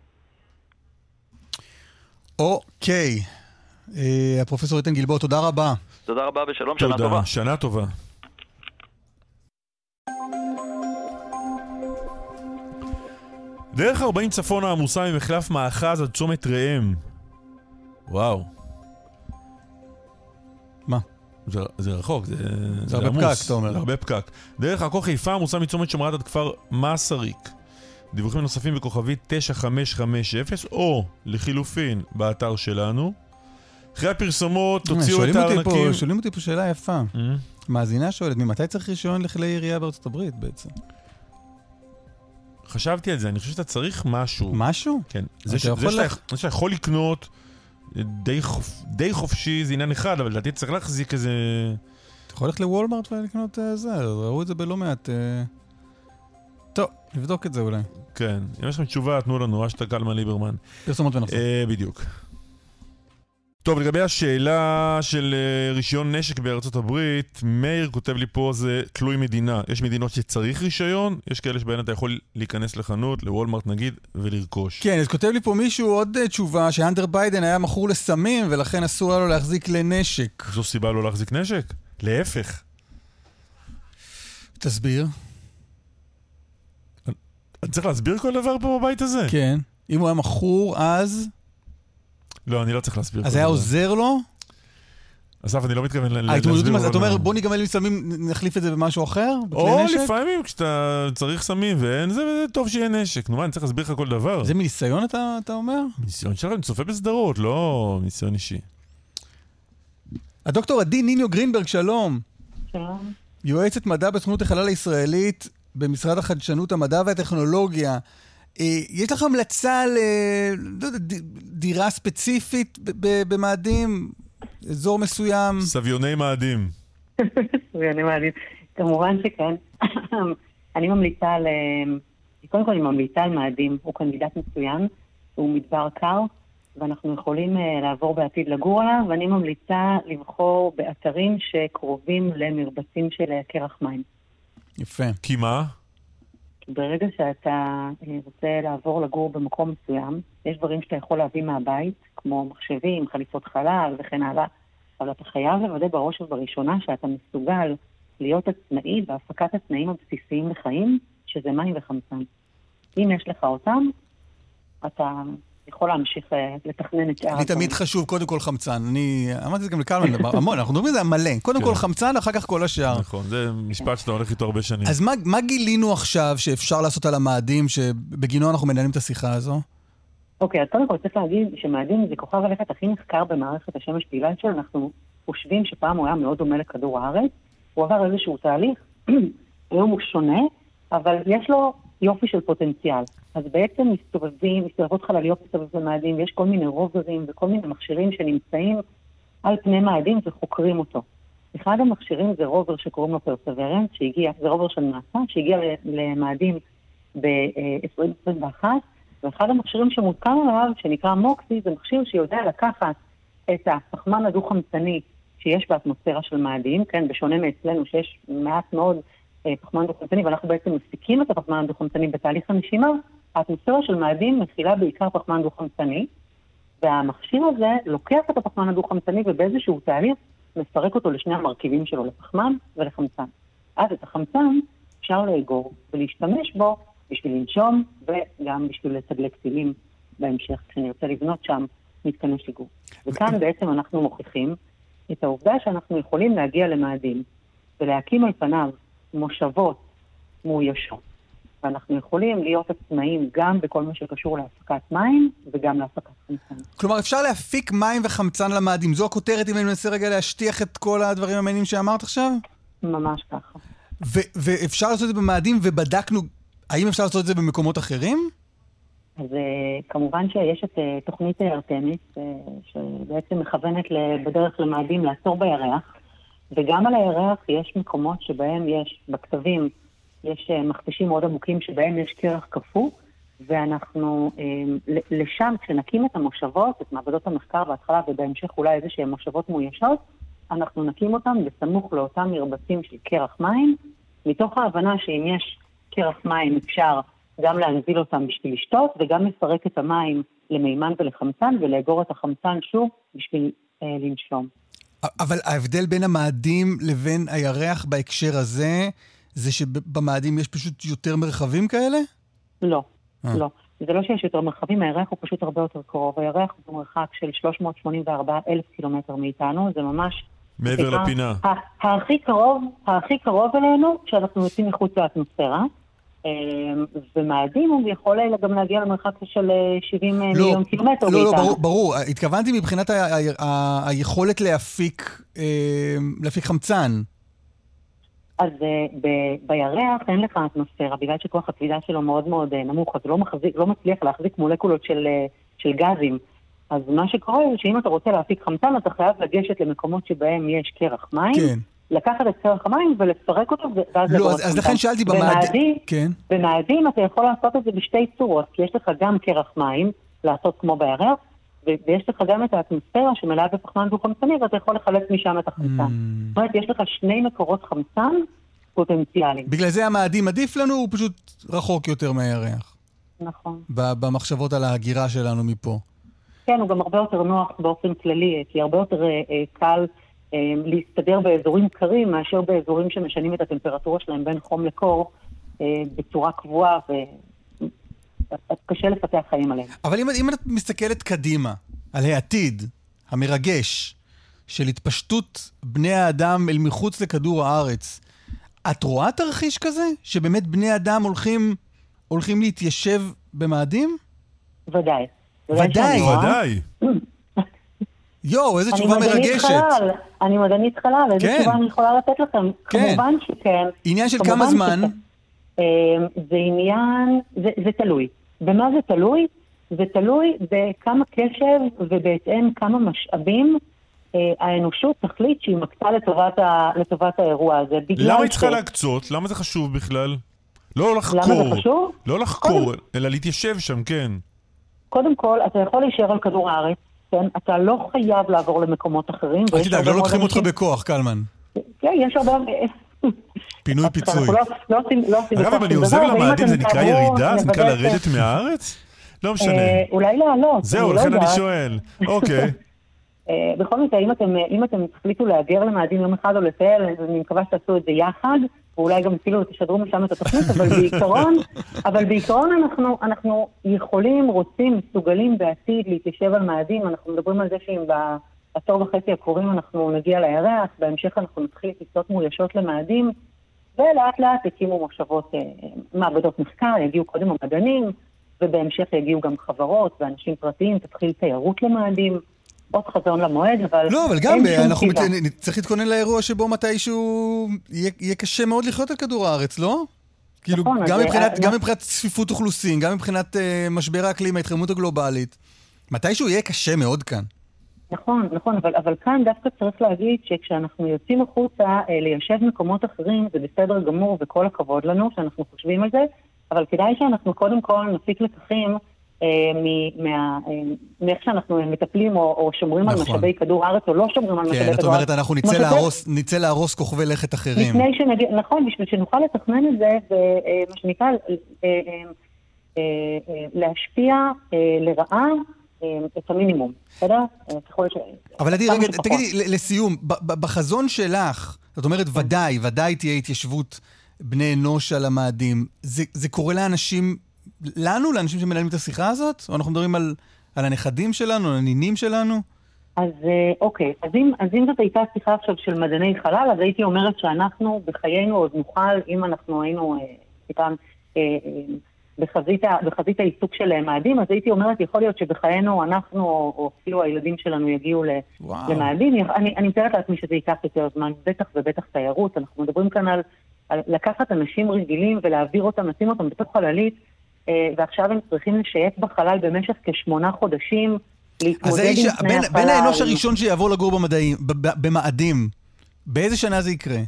אוקיי. הפרופסור איתן גלבוע, תודה רבה. תודה רבה ושלום, שנה טובה. תודה, שנה טובה. דרך ארבעים צפון העמוסה ממחלף מאחז עד צומת ראם. וואו. מה? זה, זה רחוק, זה, זה, זה הרבה עמוס. פקק, אתה אומר. זה הרבה פקק. דרך עכו חיפה עמוסה מצומת שמרת עד כפר מסריק. דיווחים נוספים בכוכבית תשע חמש חמש אפס, או לחילופין באתר שלנו. אחרי הפרסומות תוציאו את הארנקים. שואלים אותי פה שאלה יפה. מאזינה שואלת, ממתי צריך רישיון לכלי ירייה בארצות הברית בעצם? חשבתי על זה, אני חושב שאתה צריך משהו. משהו? כן. זה שאתה יכול לקנות די, חופ... די חופשי, זה עניין אחד, אבל לדעתי צריך להחזיק איזה... אתה יכול ללכת לוולמרט ולקנות זה, ראו את זה בלא מעט... טוב, נבדוק את זה אולי. כן, אם יש לכם תשובה, תנו לנו, אשתה קלמן ליברמן. פרסומות ונחזור. אה, בדיוק. טוב, לגבי השאלה של רישיון נשק בארצות הברית, מאיר כותב לי פה, זה תלוי מדינה. יש מדינות שצריך רישיון, יש כאלה שבהן אתה יכול להיכנס לחנות, לוולמרט נגיד, ולרכוש. כן, אז כותב לי פה מישהו עוד תשובה, שהנטר ביידן היה מכור לסמים, ולכן אסור לו להחזיק לנשק. זו סיבה לא להחזיק נשק? להפך. תסביר. אני צריך להסביר כל דבר פה בבית הזה? כן. אם הוא היה מכור, אז... לא, אני לא צריך להסביר. אז היה עוזר לו? אסף, אני לא מתכוון להסביר לו. אתה אומר, בוא ניגמל מסמים, נחליף את זה במשהו אחר? או לפעמים, כשאתה צריך סמים ואין, זה טוב שיהיה נשק. נו מה, אני צריך להסביר לך כל דבר. זה מניסיון אתה אומר? ניסיון שלך, אני צופה בסדרות, לא ניסיון אישי. הדוקטור עדי ניניו גרינברג, שלום. שלום. יועצת מדע בסוכנות החלל הישראלית במשרד החדשנות, המדע והטכנולוגיה. יש לך המלצה לדירה ספציפית במאדים, אזור מסוים? סביוני מאדים. סביוני מאדים, כמובן שכן. אני ממליצה על, קודם כל אני ממליצה על מאדים, הוא קנדידט מצוין. הוא מדבר קר, ואנחנו יכולים uh, לעבור בעתיד לגור עליו, ואני ממליצה לבחור באתרים שקרובים למרבצים של קרח מים. יפה. כי מה? ברגע שאתה רוצה לעבור לגור במקום מסוים, יש דברים שאתה יכול להביא מהבית, כמו מחשבים, חליפות חלל וכן הלאה, אבל אתה חייב לוודא בראש ובראשונה שאתה מסוגל להיות עצמאי בהפקת התנאים הבסיסיים לחיים, שזה מים וחמצן. אם יש לך אותם, אתה יכול להמשיך לתכנן את שאר. לי תמיד חשוב קודם כל חמצן. אני אמרתי את זה גם לקלמן, המון, אנחנו מדברים על זה מלא. קודם כל חמצן, אחר כך כל השאר. נכון, זה משפט שאתה הולך איתו הרבה שנים. אז מה גילינו עכשיו שאפשר לעשות על המאדים, שבגינו אנחנו מנהלים את השיחה הזו? אוקיי, אז קודם כל צריך להגיד שמאדים זה כוכב הלכת הכי נחקר במערכת השמש, בגלל שאנחנו חושבים שפעם הוא היה מאוד דומה לכדור הארץ, הוא עבר איזשהו תהליך, היום הוא שונה, אבל יש לו יופי של פוטנציאל. אז בעצם מסתובבים, מסתובבות חלליות מסתובב במאדים, יש כל מיני רוברים וכל מיני מכשירים שנמצאים על פני מאדים וחוקרים אותו. אחד המכשירים זה רובר שקוראים לו פרסוורנס, שהגיע, זה רובר של נאס"א, שהגיע למאדים ב-עשרים עשרים ואחת, ואחד המכשירים שמותקן עליו, שנקרא מוקסי, זה מכשיר שיודע לקחת את הפחמן הדו-חמצני שיש באטמוספירה של מאדים, כן, בשונה מאצלנו שיש מעט מאוד אה, פחמן דו-חמצני, ואנחנו בעצם מפיקים את הפחמן הדו-חמצני בתהליך הנשימה, האטמוספירה של מאדים מכילה בעיקר פחמן דו-חמצני, והמכשיר הזה לוקח את הפחמן הדו-חמצני ובאיזשהו תהליך מפרק אותו לשני המרכיבים שלו, לפחמן ולחמצן. אז את החמצן אפשר לאגור ולהשתמש בו בשביל לנשום וגם בשביל לתדלק טילים בהמשך, כשנרצה לבנות שם מתקני שיגור. וכאן בעצם אנחנו מוכיחים את העובדה שאנחנו יכולים להגיע למאדים ולהקים על פניו מושבות מאוישות. ואנחנו יכולים להיות עצמאים גם בכל מה שקשור להפקת מים וגם להפקת חמצן. כלומר, אפשר להפיק מים וחמצן למאדים. זו הכותרת אם אני מנסה רגע להשטיח את כל הדברים המעניינים שאמרת עכשיו? ממש ככה. ו- ואפשר לעשות את זה במאדים, ובדקנו, האם אפשר לעשות את זה במקומות אחרים? אז כמובן שיש את תוכנית ארטמיס, שבעצם מכוונת בדרך למאדים לעצור בירח, וגם על הירח יש מקומות שבהם יש, בכתבים, יש מכתשים מאוד עמוקים שבהם יש קרח קפוא, ואנחנו לשם, כשנקים את המושבות, את מעבדות המחקר בהתחלה, ובהמשך אולי איזה שהן מושבות מאוישות, אנחנו נקים אותם בסמוך לאותם מרבצים של קרח מים, מתוך ההבנה שאם יש קרח מים אפשר גם להנזיל אותם בשביל לשתות, וגם לפרק את המים למימן ולחמצן, ולאגור את החמצן שוב בשביל אה, לנשום. אבל ההבדל בין המאדים לבין הירח בהקשר הזה, זה שבמאדים יש פשוט יותר מרחבים כאלה? לא, אה. לא. זה לא שיש יותר מרחבים, הירח הוא פשוט הרבה יותר קרוב. הירח הוא מרחק של שלוש מאות שמונים וארבעה אלף קילומטר מאיתנו, זה ממש... מעבר לפינה. הכי קרוב, הכי קרוב אלינו, כשאנחנו יוצאים מחוץ לאטמוספירה, ומאדים הוא יכול גם להגיע למרחק של שבעים מיליון קילומטר מאיתנו. לא, לא, ברור. התכוונתי מבחינת היכולת להפיק חמצן. אז בירח אין לך אטמוספירה, בגלל שכוח הכבידה שלו מאוד מאוד נמוך, אז לא מצליח להחזיק מולקולות של גזים. אז מה שקורה זה שאם אתה רוצה להפיק חמצן, אתה חייב לגשת למקומות שבהם יש קרח מים, כן. לקחת את קרח המים ולפרק אותו, ואז... לא, אז, אז לכן שאלתי במאדים... כן. במאדים אתה יכול לעשות את זה בשתי צורות, כי יש לך גם קרח מים, לעשות כמו בירח, ויש לך גם את האטמוספירה שמלאה בפחמן דו-חמצני, ואתה יכול לחלץ משם את החמצן. Mm. זאת אומרת, יש לך שני מקורות חמצן פוטנציאליים. בגלל זה המאדים עדיף לנו, הוא פשוט רחוק יותר מהירח. נכון. במחשבות על ההגירה שלנו מפה. כן, הוא גם הרבה יותר נוח באופן כללי, כי הרבה יותר אה, קל אה, להסתדר באזורים קרים, מאשר באזורים שמשנים את הטמפרטורה שלהם בין חום לקור, אה, בצורה קבועה, וקשה לפתח חיים עליהם. אבל אם, אם את מסתכלת קדימה, על העתיד המרגש, של התפשטות בני האדם אל מחוץ לכדור הארץ, את רואה תרחיש כזה? שבאמת בני האדם הולכים, הולכים להתיישב במאדים? ודאי. ודאי. ודאי. יואו, איזו תשובה מרגשת. אני מדענית חלל, איזו תשובה אני יכולה לתת לכם. כמובן שכן. עניין של כמה זמן? זה עניין, זה תלוי. במה זה תלוי? זה תלוי בכמה קשב ובהתאם כמה משאבים האנושות תחליט שהיא מקצה לטובת האירוע הזה. למה היא צריכה להקצות? למה זה חשוב בכלל? לא לחקור. למה זה חשוב? לא לחקור, אלא להתיישב שם, כן. קודם כל, אתה יכול להישאר על כדור הארץ, כן? אתה לא חייב לעבור למקומות אחרים. אל תדאג, לא לוקחים אותך בכוח, קלמן. כן, יש הרבה... פינוי פיצוי. אגב, אבל אני עוזר למאדים, זה נקרא ירידה? זה נקרא לרדת מהארץ? לא משנה. אולי לעלות. זהו, לכן אני שואל. אוקיי. בכל מקרה, אם אתם תחליטו להגר למאדים יום אחד או לטייל, אני מקווה שתעשו את זה יחד, ואולי גם אפילו תשדרו משם את התוכנית, אבל בעיקרון, אבל בעיקרון אנחנו, אנחנו יכולים, רוצים, מסוגלים בעתיד להתיישב על מאדים. אנחנו מדברים על זה שאם בעשור וחצי הקרובים אנחנו נגיע לירח, בהמשך אנחנו נתחיל טיסות מאוישות למאדים, ולאט לאט הקימו מושבות, מעבדות מחקר, יגיעו קודם המדענים, ובהמשך יגיעו גם חברות ואנשים פרטיים, תתחיל תיירות למאדים. עוד חזון למועד, אבל... לא, אבל גם אנחנו צריך להתכונן לאירוע שבו מתישהו יהיה קשה מאוד לחיות על כדור הארץ, לא? כאילו, גם מבחינת צפיפות אוכלוסין, גם מבחינת משבר האקלים, ההתחממות הגלובלית. מתישהו יהיה קשה מאוד כאן. נכון, נכון, אבל כאן דווקא צריך להגיד שכשאנחנו יוצאים החוצה ליישב מקומות אחרים, זה בסדר גמור וכל הכבוד לנו שאנחנו חושבים על זה, אבל כדאי שאנחנו קודם כל נפיק לקחים מאיך שאנחנו מטפלים או שומרים על משאבי כדור הארץ או לא שומרים על משאבי כדור הארץ. כן, זאת אומרת, אנחנו נצא להרוס כוכבי לכת אחרים. נכון, בשביל שנוכל לתכנן את זה, ומה שנקרא, להשפיע לרעה את המינימום, בסדר? אבל עדי, רגע, תגידי, לסיום, בחזון שלך, זאת אומרת, ודאי, ודאי תהיה התיישבות בני אנוש על המאדים. זה קורה לאנשים... לנו, לאנשים שמנהלים את השיחה הזאת? או אנחנו מדברים על, על הנכדים שלנו, על הנינים שלנו? אז אוקיי, אז אם, אז אם זאת הייתה שיחה עכשיו של מדעני חלל, אז הייתי אומרת שאנחנו בחיינו עוד נוכל, אם אנחנו היינו אה, טיפם, אה, אה, בחזית, בחזית העיסוק של מאדים, אז הייתי אומרת, יכול להיות שבחיינו אנחנו, או, או אפילו הילדים שלנו יגיעו למאדים. אני, אני מתארת לעצמי שזה ייקח יותר זמן, בטח ובטח תיירות. אנחנו מדברים כאן על, על לקחת אנשים רגילים ולהעביר אותם, לשים אותם בתוך חללית, ועכשיו הם צריכים לשייף בחלל במשך כשמונה חודשים, להתמודד עם תנאי החלל. בין האנוש הראשון שיעבור לגור במדעים, במאדים, באיזה שנה זה יקרה?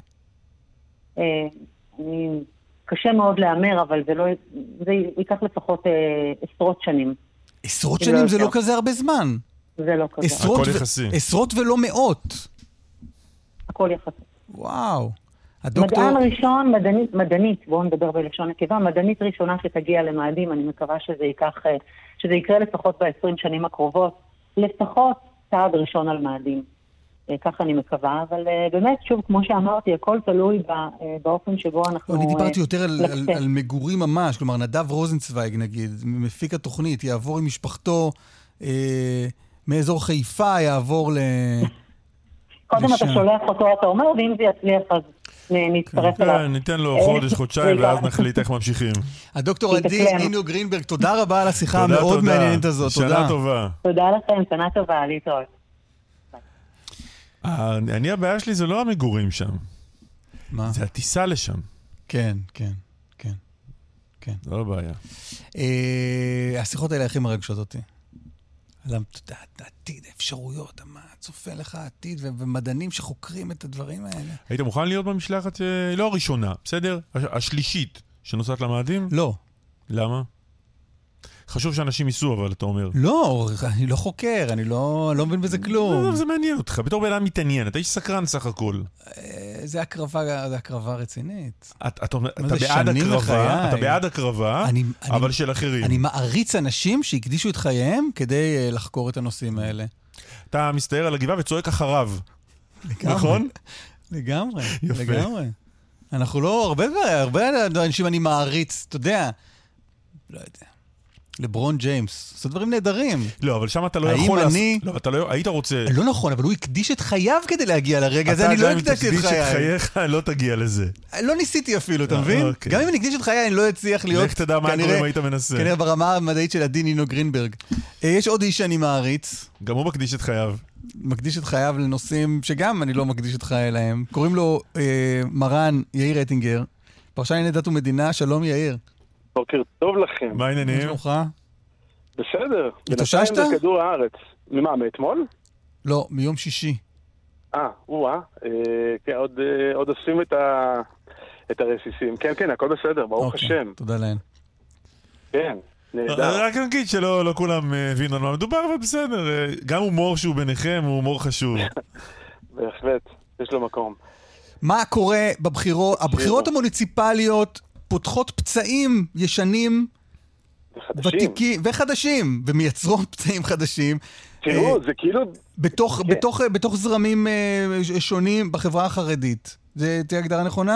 קשה מאוד לאמר, אבל זה ייקח לפחות עשרות שנים. עשרות שנים זה לא כזה הרבה זמן. זה לא כזה. הכל יחסי. עשרות ולא מאות. הכל יחסי. וואו. הדוקטור... מדען ראשון, מדענית, מדענית, בואו נדבר בלשון נקבה, מדענית ראשונה שתגיע למאדים, אני מקווה שזה ייקח, שזה יקרה לפחות ב-עשרים שנים הקרובות, לפחות צעד ראשון על מאדים. ככה אני מקווה, אבל באמת, שוב, כמו שאמרתי, הכל תלוי באופן שבו אנחנו... אני דיברתי יותר על, על, על מגורים ממש, כלומר, נדב רוזנצוויג, נגיד, מפיק התוכנית, יעבור עם משפחתו אה, מאזור חיפה, יעבור ל... קודם לשם. אתה שולח אותו, אתה אומר, ואם זה יצליח, אז נצטרף אליו. כן, ניתן לו חודש, חודשיים, ואז נחליט איך ממשיכים. הדוקטור עדי נינו גרינברג, תודה רבה על השיחה המאוד מעניינת הזאת. שנה טובה. תודה לכם, שנה טובה, להתראות. אני, הבעיה שלי זה לא המגורים שם. מה? זה הטיסה לשם. כן, כן, כן. כן. זה לא בעיה. השיחות האלה הכי מרגשות אותי. העתיד, האפשרויות, מה צופה לך העתיד, ומדענים שחוקרים את הדברים האלה. היית מוכן להיות במשלחת, לא הראשונה, בסדר? השלישית שנוסעת למאדים? לא. למה? חשוב שאנשים ייסעו, אבל אתה אומר. לא, אני לא חוקר, אני לא, לא מבין בזה כלום. זה מעניין אותך, בתור בן אדם מתעניין, אתה איש סקרן סך הכל. זה הקרבה, זה הקרבה רצינית. אתה בעד הקרבה, אתה בעד הקרבה, אבל של אחרים. אני מעריץ אנשים שהקדישו את חייהם כדי לחקור את הנושאים האלה. אתה מסתער על הגבעה וצועק אחריו. נכון? לגמרי, לגמרי. אנחנו לא, הרבה הרבה אנשים אני מעריץ, אתה יודע, לא יודע. לברון ג'יימס, עושה דברים נהדרים. לא, אבל שם אתה לא יכול... האם אני... לא, אתה לא... היית רוצה... לא נכון, אבל הוא הקדיש את חייו כדי להגיע לרגע הזה, אני לא הקדשתי את חיי. אתה גם אם תקדיש את חייך, לא תגיע לזה. לא ניסיתי אפילו, אתה מבין? גם אם אני אקדיש את חיי, אני לא אצליח להיות... לך תדע מה קורה אם היית מנסה. כנראה ברמה המדעית של עדי נינו גרינברג. יש עוד איש שאני מעריץ. גם הוא מקדיש את חייו. מקדיש את חייו לנושאים שגם אני לא מקדיש את חיי להם. קוראים לו מרן יאיר אטינגר, פרשן לענייני דת ומדינה. שלום יאיר. בוקר טוב לכם. מה העניינים? מה שלומך? בסדר. התאוששת? בינתיים בכדור הארץ. ממה, מאתמול? לא, מיום שישי. אה, וואה. כן, עוד, עוד עושים את, ה, את הרסיסים. כן, כן, הכל בסדר, ברוך השם. תודה לאל. כן. נהדר. רק נגיד שלא לא כולם הבינו על מה מדובר, אבל בסדר. גם הומור שהוא ביניכם הוא הומור חשוב. בהחלט, יש לו מקום. מה קורה בבחירות? הבחירות המוניציפליות פותחות פצעים ישנים ותיקים וחדשים, ומייצרות פצעים חדשים. תראו, זה כאילו... בתוך, בתוך, בתוך זרמים שונים בחברה החרדית. זה תהיה הגדרה נכונה?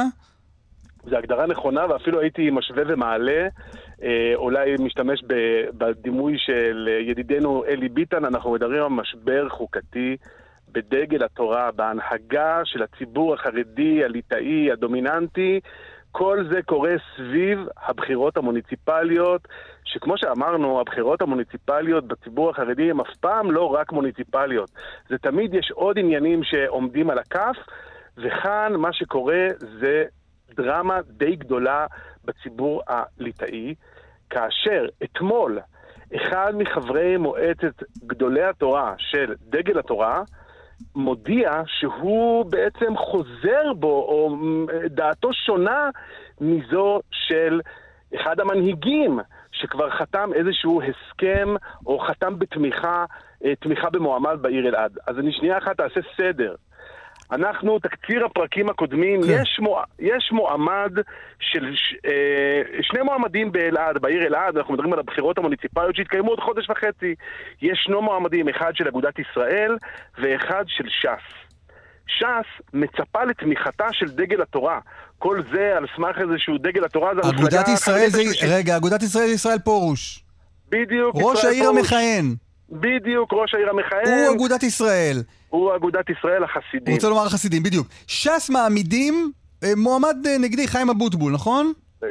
זו הגדרה נכונה, ואפילו הייתי משווה ומעלה, אה, אולי משתמש בדימוי של ידידנו אלי ביטן, אנחנו מדברים על משבר חוקתי בדגל התורה, בהנהגה של הציבור החרדי, הליטאי, הדומיננטי. כל זה קורה סביב הבחירות המוניציפליות, שכמו שאמרנו, הבחירות המוניציפליות בציבור החרדי הם אף פעם לא רק מוניציפליות. זה תמיד יש עוד עניינים שעומדים על הכף, וכאן מה שקורה זה דרמה די גדולה בציבור הליטאי, כאשר אתמול אחד מחברי מועצת גדולי התורה של דגל התורה מודיע שהוא בעצם חוזר בו, או דעתו שונה מזו של אחד המנהיגים שכבר חתם איזשהו הסכם או חתם בתמיכה, תמיכה במועמד בעיר אלעד. אז אני שנייה אחת אעשה סדר. אנחנו, תקציר הפרקים הקודמים, כן. יש, מוע, יש מועמד של ש, אה, שני מועמדים באלעד, בעיר אלעד, אנחנו מדברים על הבחירות המוניציפליות שהתקיימו עוד חודש וחצי. יש שני מועמדים, אחד של אגודת ישראל ואחד של ש"ס. ש"ס מצפה לתמיכתה של דגל התורה. כל זה על סמך איזשהו דגל התורה, זה אגודת ישראל זה, רגע, אגודת ישראל זה ישראל פורוש. בדיוק. ראש העיר המכהן. בדיוק, ראש העיר המכהן. הוא אגודת ישראל. הוא אגודת ישראל, החסידים. הוא רוצה לומר החסידים, בדיוק. ש"ס מעמידים מועמד נגדי, חיים אבוטבול, נכון?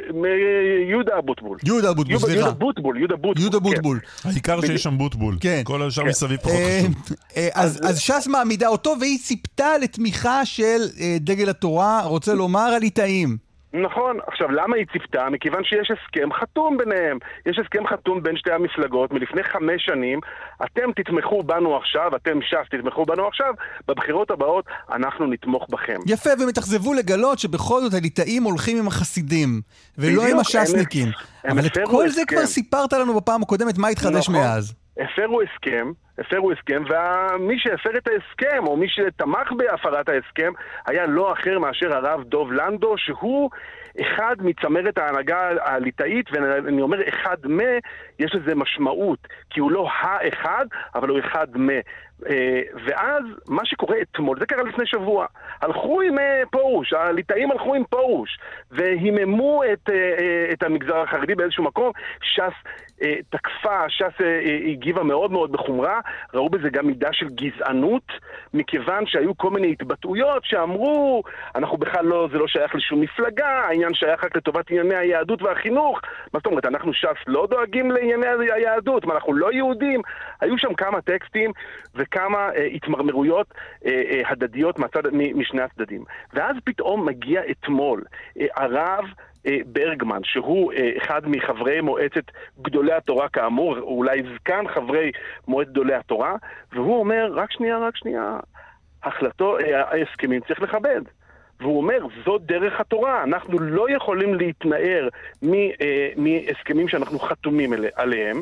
יהודה אבוטבול. יהודה אבוטבול, סליחה. יהודה בוטבול, יהודה בוטבול. יהודה בוטבול. העיקר שיש שם בוטבול. כן. כל השאר מסביב פחות חשוב. אז ש"ס מעמידה אותו, והיא ציפתה לתמיכה של דגל התורה, רוצה לומר הליטאים. נכון. עכשיו, למה היא ציפתה? מכיוון שיש הסכם חתום ביניהם. יש הסכם חתום בין שתי המפלגות מלפני חמש שנים. אתם תתמכו בנו עכשיו, אתם ש"ס תתמכו בנו עכשיו, בבחירות הבאות אנחנו נתמוך בכם. יפה, ומתאכזבו לגלות שבכל זאת הליטאים הולכים עם החסידים, ולא עם הש"סניקים. אבל את כל זה כבר סיפרת לנו בפעם הקודמת, מה התחדש מאז? הפרו הסכם, הפרו הסכם, ומי שהפר את ההסכם, או מי שתמך בהפרת ההסכם, היה לא אחר מאשר הרב דוב לנדו, שהוא אחד מצמרת ההנהגה הליטאית, ואני אומר אחד מה, יש לזה משמעות, כי הוא לא האחד, אבל הוא אחד מה. ואז מה שקורה אתמול, זה קרה לפני שבוע, הלכו עם פורוש, הליטאים הלכו עם פורוש, והיממו את, את המגזר החרדי באיזשהו מקום. ש"ס תקפה, ש"ס הגיבה מאוד מאוד בחומרה, ראו בזה גם מידה של גזענות, מכיוון שהיו כל מיני התבטאויות שאמרו, אנחנו בכלל לא, זה לא שייך לשום מפלגה, העניין שייך רק לטובת ענייני היהדות והחינוך. מה זאת אומרת, אנחנו ש"ס לא דואגים לענייני היהדות, מה, אנחנו לא יהודים? היו שם כמה טקסטים וכמה אה, התמרמרויות אה, אה, הדדיות מהצד, משני הצדדים. ואז פתאום מגיע אתמול אה, הרב אה, ברגמן, שהוא אה, אחד מחברי מועצת גדולי התורה כאמור, אולי זקן חברי מועצת גדולי התורה, והוא אומר, רק שנייה, רק שנייה, החלטו, אה, ההסכמים צריך לכבד. והוא אומר, זו דרך התורה, אנחנו לא יכולים להתנער מהסכמים שאנחנו חתומים עליהם,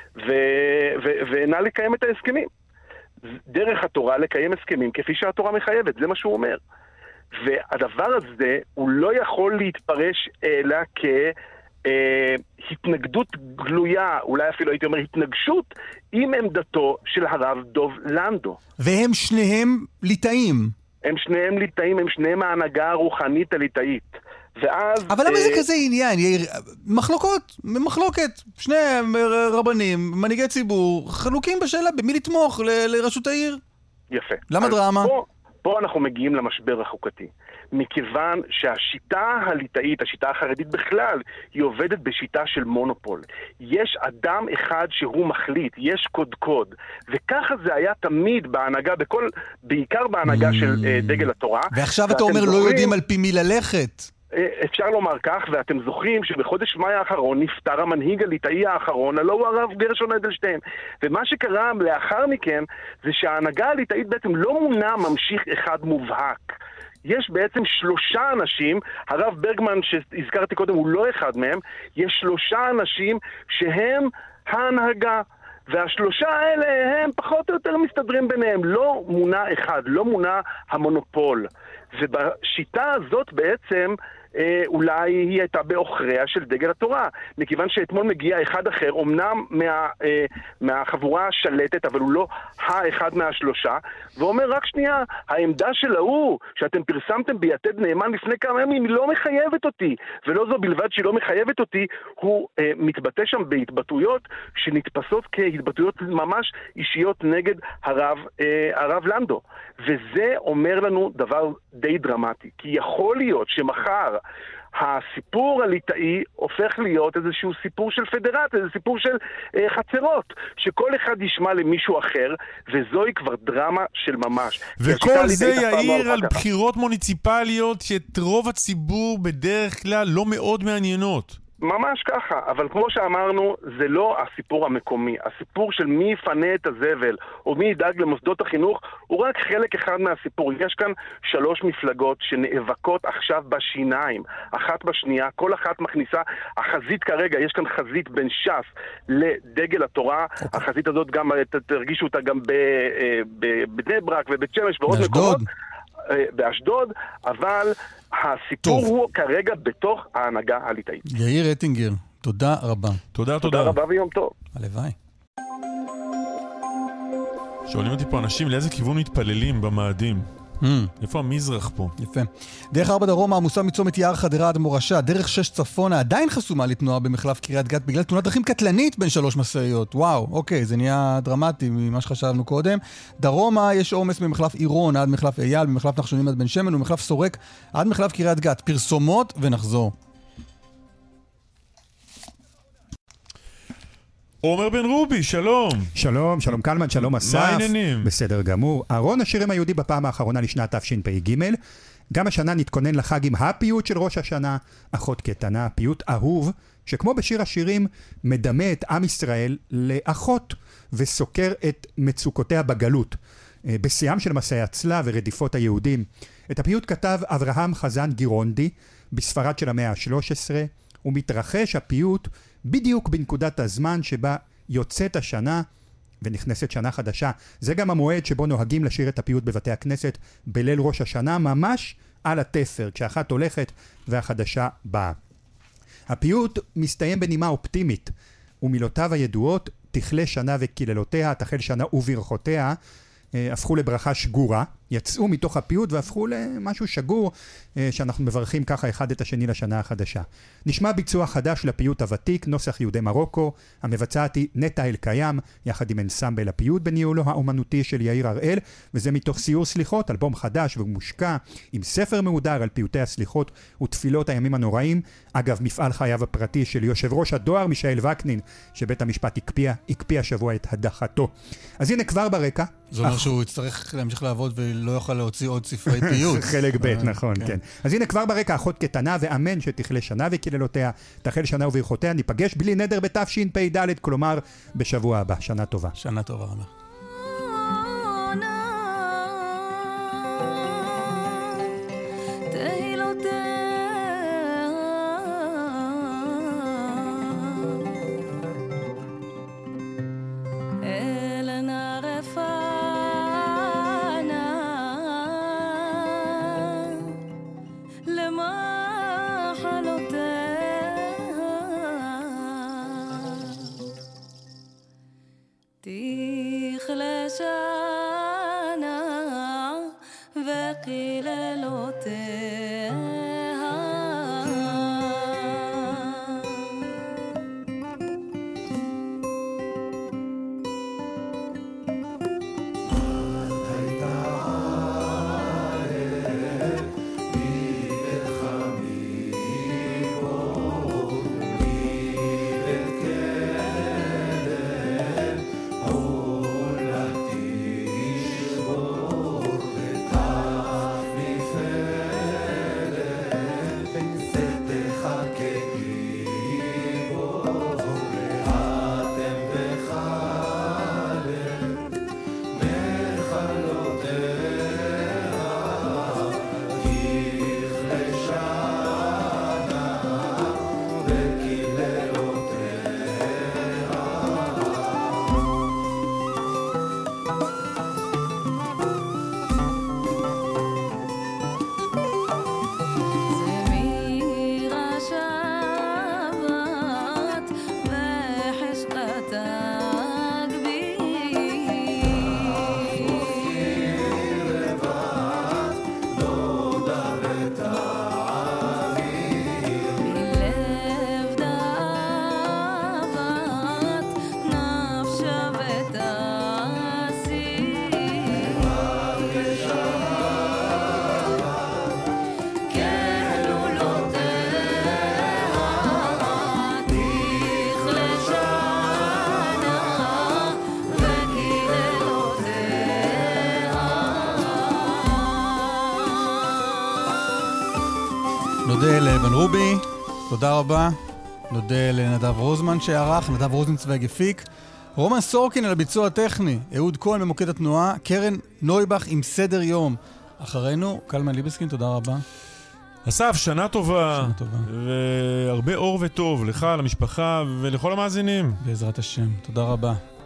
ונא לקיים את ההסכמים. דרך התורה לקיים הסכמים כפי שהתורה מחייבת, זה מה שהוא אומר. והדבר הזה הוא לא יכול להתפרש אלא כהתנגדות גלויה, אולי אפילו הייתי אומר התנגשות, עם עמדתו של הרב דוב לנדו. והם שניהם ליטאים. הם שניהם ליטאים, הם שניהם ההנהגה הרוחנית הליטאית. ואז... אבל למה זה כזה עניין? מחלוקות, מחלוקת. שני רבנים, מנהיגי ציבור, חלוקים בשאלה במי לתמוך לראשות העיר. יפה. למה דרמה? פה, פה אנחנו מגיעים למשבר החוקתי. מכיוון שהשיטה הליטאית, השיטה החרדית בכלל, היא עובדת בשיטה של מונופול. יש אדם אחד שהוא מחליט, יש קוד קוד. וככה זה היה תמיד בהנהגה, בכל, בעיקר בהנהגה של uh, דגל התורה. ועכשיו אתה אומר זוכרים, לא יודעים על פי מי ללכת. אפשר לומר כך, ואתם זוכרים שבחודש מאי האחרון נפטר המנהיג הליטאי האחרון, הלא הוא הרב גרשון אדלשטיין. ומה שקרה לאחר מכן, זה שההנהגה הליטאית בעצם לא מונה ממשיך אחד מובהק. יש בעצם שלושה אנשים, הרב ברגמן שהזכרתי קודם הוא לא אחד מהם, יש שלושה אנשים שהם ההנהגה. והשלושה האלה הם פחות או יותר מסתדרים ביניהם, לא מונה אחד, לא מונה המונופול. ובשיטה הזאת בעצם אה, אולי היא הייתה באוכריה של דגל התורה, מכיוון שאתמול מגיע אחד אחר, אומנם מה, אה, מהחבורה השלטת, אבל הוא לא האחד מהשלושה, ואומר רק שנייה, העמדה של ההוא שאתם פרסמתם ביתד נאמן לפני כמה ימים היא לא מחייבת אותי, ולא זו בלבד שהיא לא מחייבת אותי, הוא אה, מתבטא שם בהתבטאויות שנתפסות כהתבטאויות ממש אישיות נגד הרב, אה, הרב לנדו. וזה אומר לנו דבר די דרמטי, כי יכול להיות שמחר הסיפור הליטאי הופך להיות איזשהו סיפור של פדרט, איזה סיפור של אה, חצרות, שכל אחד ישמע למישהו אחר, וזוהי כבר דרמה של ממש. וכל זה יאיר על בחירות מוניציפליות שאת רוב הציבור בדרך כלל לא מאוד מעניינות. ממש ככה, אבל כמו שאמרנו, זה לא הסיפור המקומי. הסיפור של מי יפנה את הזבל, או מי ידאג למוסדות החינוך, הוא רק חלק אחד מהסיפור. יש כאן שלוש מפלגות שנאבקות עכשיו בשיניים, אחת בשנייה, כל אחת מכניסה, החזית כרגע, יש כאן חזית בין ש"ס לדגל התורה, החזית הזאת גם, תרגישו אותה גם בבני ברק ובית שמש ועוד מקומות. באשדוד, אבל הסיפור טוב. הוא כרגע בתוך ההנהגה הליטאית. יאיר אטינגר, תודה רבה. תודה, תודה. תודה רבה ויום טוב. הלוואי. שואלים אותי פה אנשים לאיזה כיוון מתפללים במאדים. Mm. איפה המזרח פה? יפה. דרך ארבע דרומה עמוסה מצומת יער חדרה עד מורשה, דרך שש צפונה עדיין חסומה לתנועה במחלף קריית גת בגלל תאונת דרכים קטלנית בין שלוש משאיות. וואו, אוקיי, זה נהיה דרמטי ממה שחשבנו קודם. דרומה יש עומס ממחלף עירון עד מחלף אייל, ממחלף נחשונים עד בן שמן ומחלף סורק עד מחלף קריית גת. פרסומות ונחזור. עומר בן רובי, שלום. שלום, שלום קלמן, שלום אסף. מה העניינים? בסדר גמור. ארון השירים היהודי בפעם האחרונה לשנת תשפ"ג. גם השנה נתכונן לחג עם הפיוט של ראש השנה, אחות קטנה, פיוט אהוב, שכמו בשיר השירים מדמה את עם ישראל לאחות וסוקר את מצוקותיה בגלות. בשיאם של מסעי הצלב ורדיפות היהודים. את הפיוט כתב אברהם חזן גירונדי בספרד של המאה ה-שלוש עשרה, ומתרחש הפיוט בדיוק בנקודת הזמן שבה יוצאת השנה ונכנסת שנה חדשה. זה גם המועד שבו נוהגים לשיר את הפיוט בבתי הכנסת בליל ראש השנה, ממש על התפר, כשאחת הולכת והחדשה באה. הפיוט מסתיים בנימה אופטימית, ומילותיו הידועות, תכלה שנה וקללותיה, תחל שנה וברכותיה, הפכו לברכה שגורה, יצאו מתוך הפיוט והפכו למשהו שגור שאנחנו מברכים ככה אחד את השני לשנה החדשה. נשמע ביצוע חדש לפיוט הוותיק, נוסח יהודי מרוקו, המבצעת היא נטע אל קיים, יחד עם אנסמבל הפיוט בניהולו האומנותי של יאיר הראל, וזה מתוך סיור סליחות, אלבום חדש ומושקע, עם ספר מהודר על פיוטי הסליחות ותפילות הימים הנוראים, אגב מפעל חייו הפרטי של יושב ראש הדואר מישאל וקנין, שבית המשפט הקפיע, הקפיע שבוע את הדחתו. אז הנה כבר ברקע. זה אומר שהוא יצטרך להמשיך לעבוד ולא יוכל להוציא עוד ספרי פיוט. חלק ב', נכון, כן. אז הנה כבר ברקע אחות קטנה, ואמן שתכלה שנה וקללותיה, תחל שנה וברכותיה, ניפגש בלי נדר בתשפ"ד, כלומר בשבוע הבא. שנה טובה. שנה טובה, רבה. תכלה בן רובי, תודה רבה. נודה לנדב רוזמן שערך, נדב רוזנצוויג הפיק. רומן סורקין על הביצוע הטכני, אהוד כהן במוקד התנועה, קרן נויבך עם סדר יום. אחרינו, קלמן ליבסקין, תודה רבה. אסף, שנה טובה. שנה טובה. והרבה אור וטוב לך, למשפחה ולכל המאזינים. בעזרת השם, תודה רבה.